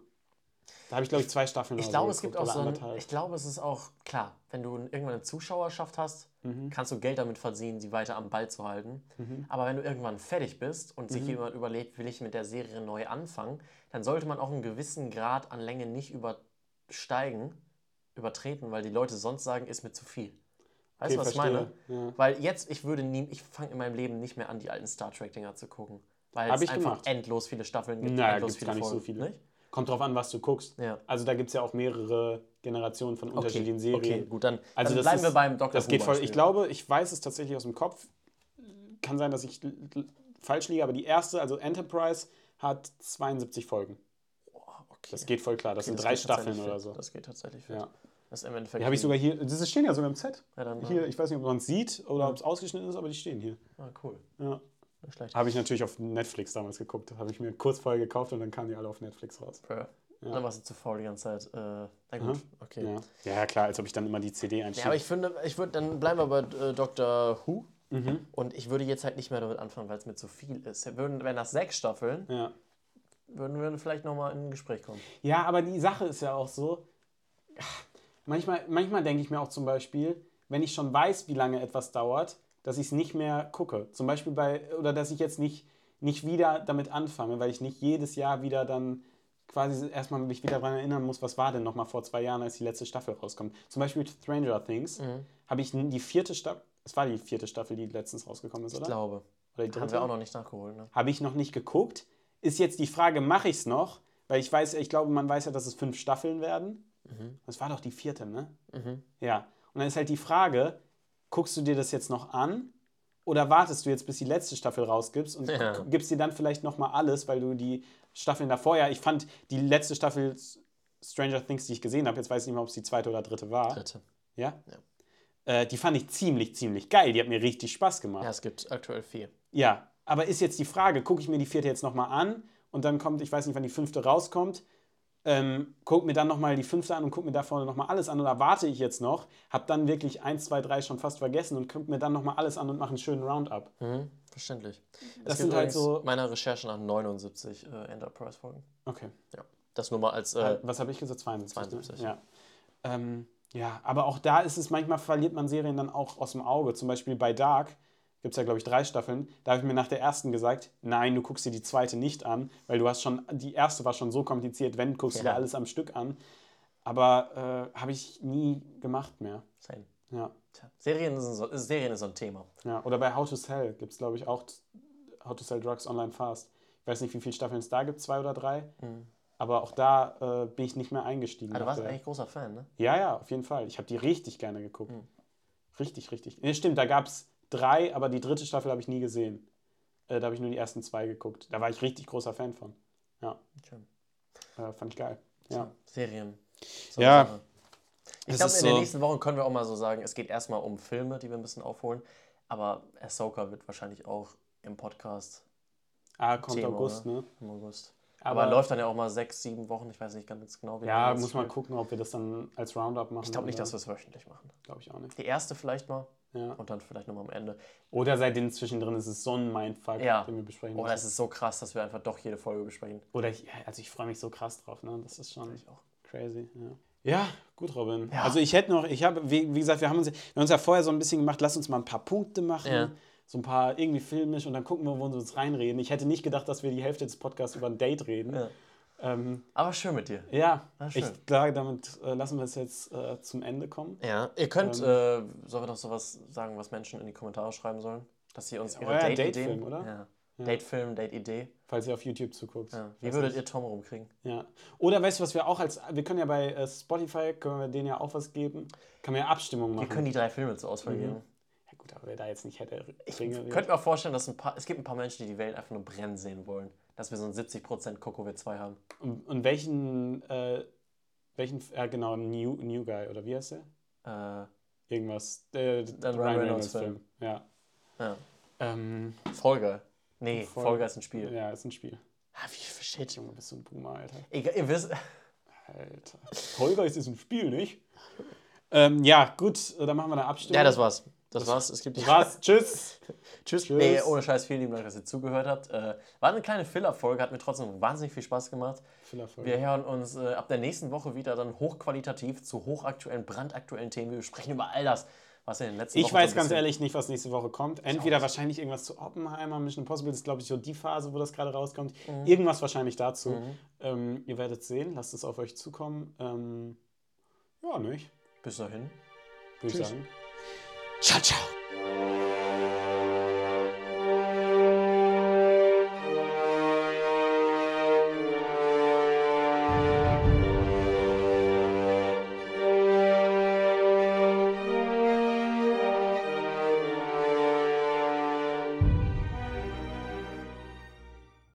Da habe ich, glaube ich, zwei Staffeln ich glaube, so es gibt auch so ein, Ich glaube, es ist auch, klar, wenn du irgendwann eine Zuschauerschaft hast, mhm. kannst du Geld damit verdienen, sie weiter am Ball zu halten. Mhm. Aber wenn du irgendwann fertig bist und sich mhm. jemand überlegt, will ich mit der Serie neu anfangen, dann sollte man auch einen gewissen Grad an Länge nicht übersteigen, übertreten, weil die Leute sonst sagen, ist mir zu viel. Weißt du, okay, was verstehe. ich meine? Ja. Weil jetzt, ich würde nie, ich fange in meinem Leben nicht mehr an, die alten Star Trek-Dinger zu gucken. Weil Hab es einfach gemacht. endlos viele Staffeln gibt. Naja, endlos gibt's viele gar nicht Folgen. so viele. Nicht? Kommt drauf an, was du guckst. Ja. Also da gibt es ja auch mehrere Generationen von unterschiedlichen okay. Serien. Okay, gut, dann, also dann bleiben ist, wir beim Doktor Das geht voll. Ich glaube, ich weiß es tatsächlich aus dem Kopf. Kann sein, dass ich falsch liege, aber die erste, also Enterprise, hat zweiundsiebzig Folgen. Oh, okay. Das geht voll klar. Das okay, sind das drei Staffeln oder fit. so. Das geht tatsächlich fit. Ja. Das im Endeffekt die habe ich sogar hier, das stehen ja sogar im Set. Ja, dann, hier, ich weiß nicht, ob man es sieht oder ja. ob es ausgeschnitten ist, aber die stehen hier. Ah, cool. Ja. Nicht schlecht. Habe ich natürlich auf Netflix damals geguckt. Habe ich mir kurz vorher gekauft und dann kamen die alle auf Netflix raus. Ja. Ja. Dann warst du zu faul die ganze Zeit. Äh, na gut, okay. Ja. ja, klar, als ob ich dann immer die C D einschiebe. Ja, aber ich finde, ich würde, dann bleiben wir bei äh, Doctor Who. Mhm. Und ich würde jetzt halt nicht mehr damit anfangen, weil es mir zu viel ist. Würden, wenn das sechs Staffeln, ja. würden wir vielleicht nochmal in ein Gespräch kommen. Ja, aber die Sache ist ja auch so, manchmal, manchmal denke ich mir auch zum Beispiel, wenn ich schon weiß, wie lange etwas dauert, dass ich es nicht mehr gucke. Zum Beispiel bei, oder dass ich jetzt nicht, nicht wieder damit anfange, weil ich nicht jedes Jahr wieder dann quasi erstmal mich wieder daran erinnern muss, was war denn nochmal vor zwei Jahren, als die letzte Staffel rauskommt. Zum Beispiel Stranger Things mhm. habe ich die vierte Staffel, es war die vierte Staffel, die letztens rausgekommen ist, oder? Ich glaube. Oder die haben wir auch noch nicht nachgeholt. Ne? Habe ich noch nicht geguckt. Ist jetzt die Frage, mache ich es noch? Weil ich weiß, ich glaube, man weiß ja, dass es fünf Staffeln werden. Mhm. Das war doch die vierte, ne? Mhm. Ja. Und dann ist halt die Frage, guckst du dir das jetzt noch an? Oder wartest du jetzt, bis die letzte Staffel rausgibst und ja. gibst dir dann vielleicht nochmal alles, weil du die Staffeln davor, ja, ich fand die letzte Staffel Stranger Things, die ich gesehen habe, jetzt weiß ich nicht mehr, ob es die zweite oder dritte war. Dritte. Ja? Ja. Äh, die fand ich ziemlich, ziemlich geil. Die hat mir richtig Spaß gemacht. Ja, es gibt aktuell vier. Ja, aber ist jetzt die Frage, gucke ich mir die vierte jetzt nochmal an und dann kommt, ich weiß nicht, wann die fünfte rauskommt, Ähm, guck mir dann nochmal die fünfte an und guck mir davor nochmal alles an oder warte ich jetzt noch, hab dann wirklich eins, zwei, drei schon fast vergessen und guck mir dann nochmal alles an und mache einen schönen Roundup. Mhm, verständlich. Das sind halt so... meiner Recherche nach neunundsiebzig äh, Enterprise-Folgen. Okay. Ja, das nur mal als... Äh, Was habe ich gesagt? zweiundsiebzig. zweiundsiebzig. Ne? Ja. Ähm, ja, aber auch da ist es, manchmal verliert man Serien dann auch aus dem Auge. Zum Beispiel bei Dark gibt es ja, glaube ich, drei Staffeln. Da habe ich mir nach der ersten gesagt, nein, du guckst dir die zweite nicht an, weil du hast schon, die erste war schon so kompliziert, wenn, guckst du ja. dir alles am Stück an. Aber äh, habe ich nie gemacht mehr. Same. Ja. Tja, Serien, ist so, Serien ist so ein Thema. Ja, oder bei How to Sell gibt es, glaube ich, auch How to Sell Drugs Online Fast. Ich weiß nicht, wie viele Staffeln es da gibt, zwei oder drei. Mhm. Aber auch da äh, bin ich nicht mehr eingestiegen. Aber du warst der... eigentlich großer Fan, ne? Ja, ja, auf jeden Fall. Ich habe die richtig gerne geguckt. Mhm. Richtig, richtig. Nee, stimmt, da gab es drei, aber die dritte Staffel habe ich nie gesehen. Äh, da habe ich nur die ersten zwei geguckt. Da war ich richtig großer Fan von. Ja. Schön. Äh, fand ich geil. Ja. Serien. So ja. Ich glaube, in so den nächsten Wochen können wir auch mal so sagen, es geht erstmal um Filme, die wir ein bisschen aufholen. Aber Ahsoka wird wahrscheinlich auch im Podcast. Ah, kommt Thema, August, ne? Im August. Aber, aber läuft dann ja auch mal sechs, sieben Wochen. Ich weiß nicht ganz genau, wie Ja, muss man gucken, ob wir das dann als Roundup machen. Ich glaube nicht, dass wir es wöchentlich machen. Glaube ich auch nicht. Die erste vielleicht mal. Ja. Und dann vielleicht nochmal am Ende. Oder seitdem zwischendrin ist es so ein Mindfuck, ja. den wir besprechen müssen. Oder es ist so krass, dass wir einfach doch jede Folge besprechen. Oder ich, also ich freue mich so krass drauf, ne? Das ist schon ich auch. Crazy. Ja. ja, gut, Robin. Ja. Also ich hätte noch, ich habe, wie, wie gesagt, wir haben uns, wir haben uns ja vorher so ein bisschen gemacht, lass uns mal ein paar Punkte machen. Ja. So ein paar irgendwie filmisch und dann gucken wir, wo wir uns reinreden. Ich hätte nicht gedacht, dass wir die Hälfte des Podcasts über ein Date reden. Ja. Ähm, Aber schön mit dir. Ja, schön. Ich sage, damit äh, lassen wir es jetzt äh, zum Ende kommen. Ja, ihr könnt, ähm, äh, sollen wir noch sowas sagen, was Menschen in die Kommentare schreiben sollen? Dass sie uns ihre ja, Date-Ideen... Date-Film, oder? Ja. Ja. Date-Film, Date-Idee. Falls ihr auf YouTube zuguckt. Ja. Wie würdet nicht. ihr Tom rumkriegen? Ja. Oder weißt du, was wir auch als... Wir können ja bei äh, Spotify, können wir denen ja auch was geben. Kann man ja Abstimmung machen. Wir können die drei Filme zur Auswahl mhm. geben. Ja gut, aber wer da jetzt nicht hätte... Ich könnte mir auch vorstellen, dass ein paar, es gibt ein paar Menschen, die die Welt einfach nur brennen sehen wollen. Dass wir so ein siebzig Prozent Coco W zwei haben. Und, und welchen... Äh, welchen... Ja, genau, New, New Guy, oder wie heißt der? Äh, Irgendwas. Äh, Dann Ryan Reynolds Film. Film. Ja. ja. Ähm, Folge. Nee, Folge. Folge ist ein Spiel. Ja, ist ein Spiel. Ah, wie viel Shit. Junge, bist du ein Boomer, Alter. Egal, ihr wisst... Alter. Folge ist ein Spiel, nicht? ähm, ja, gut, dann machen wir eine Abstimmung. Ja, das war's. Das war's. Es gibt das war's. Tschüss. Tschüss. Tschüss. Nee, ohne Scheiß, vielen lieben Dank, dass ihr zugehört habt. Äh, war eine kleine Filler-Folge, hat mir trotzdem wahnsinnig viel Spaß gemacht. Filler-Folge. Wir hören uns äh, ab der nächsten Woche wieder dann hochqualitativ zu hochaktuellen, brandaktuellen Themen. Wir sprechen über all das, was in den letzten ich Wochen... Ich weiß so ganz ehrlich nicht, was nächste Woche kommt. Entweder wahrscheinlich irgendwas zu Oppenheimer, Mission Impossible, das ist glaube ich so die Phase, wo das gerade rauskommt. Mhm. Irgendwas wahrscheinlich dazu. Mhm. Ähm, ihr werdet sehen, lasst es auf euch zukommen. Ähm, ja, nicht? Bis dahin. Würde ich sagen. Ciao, ciao.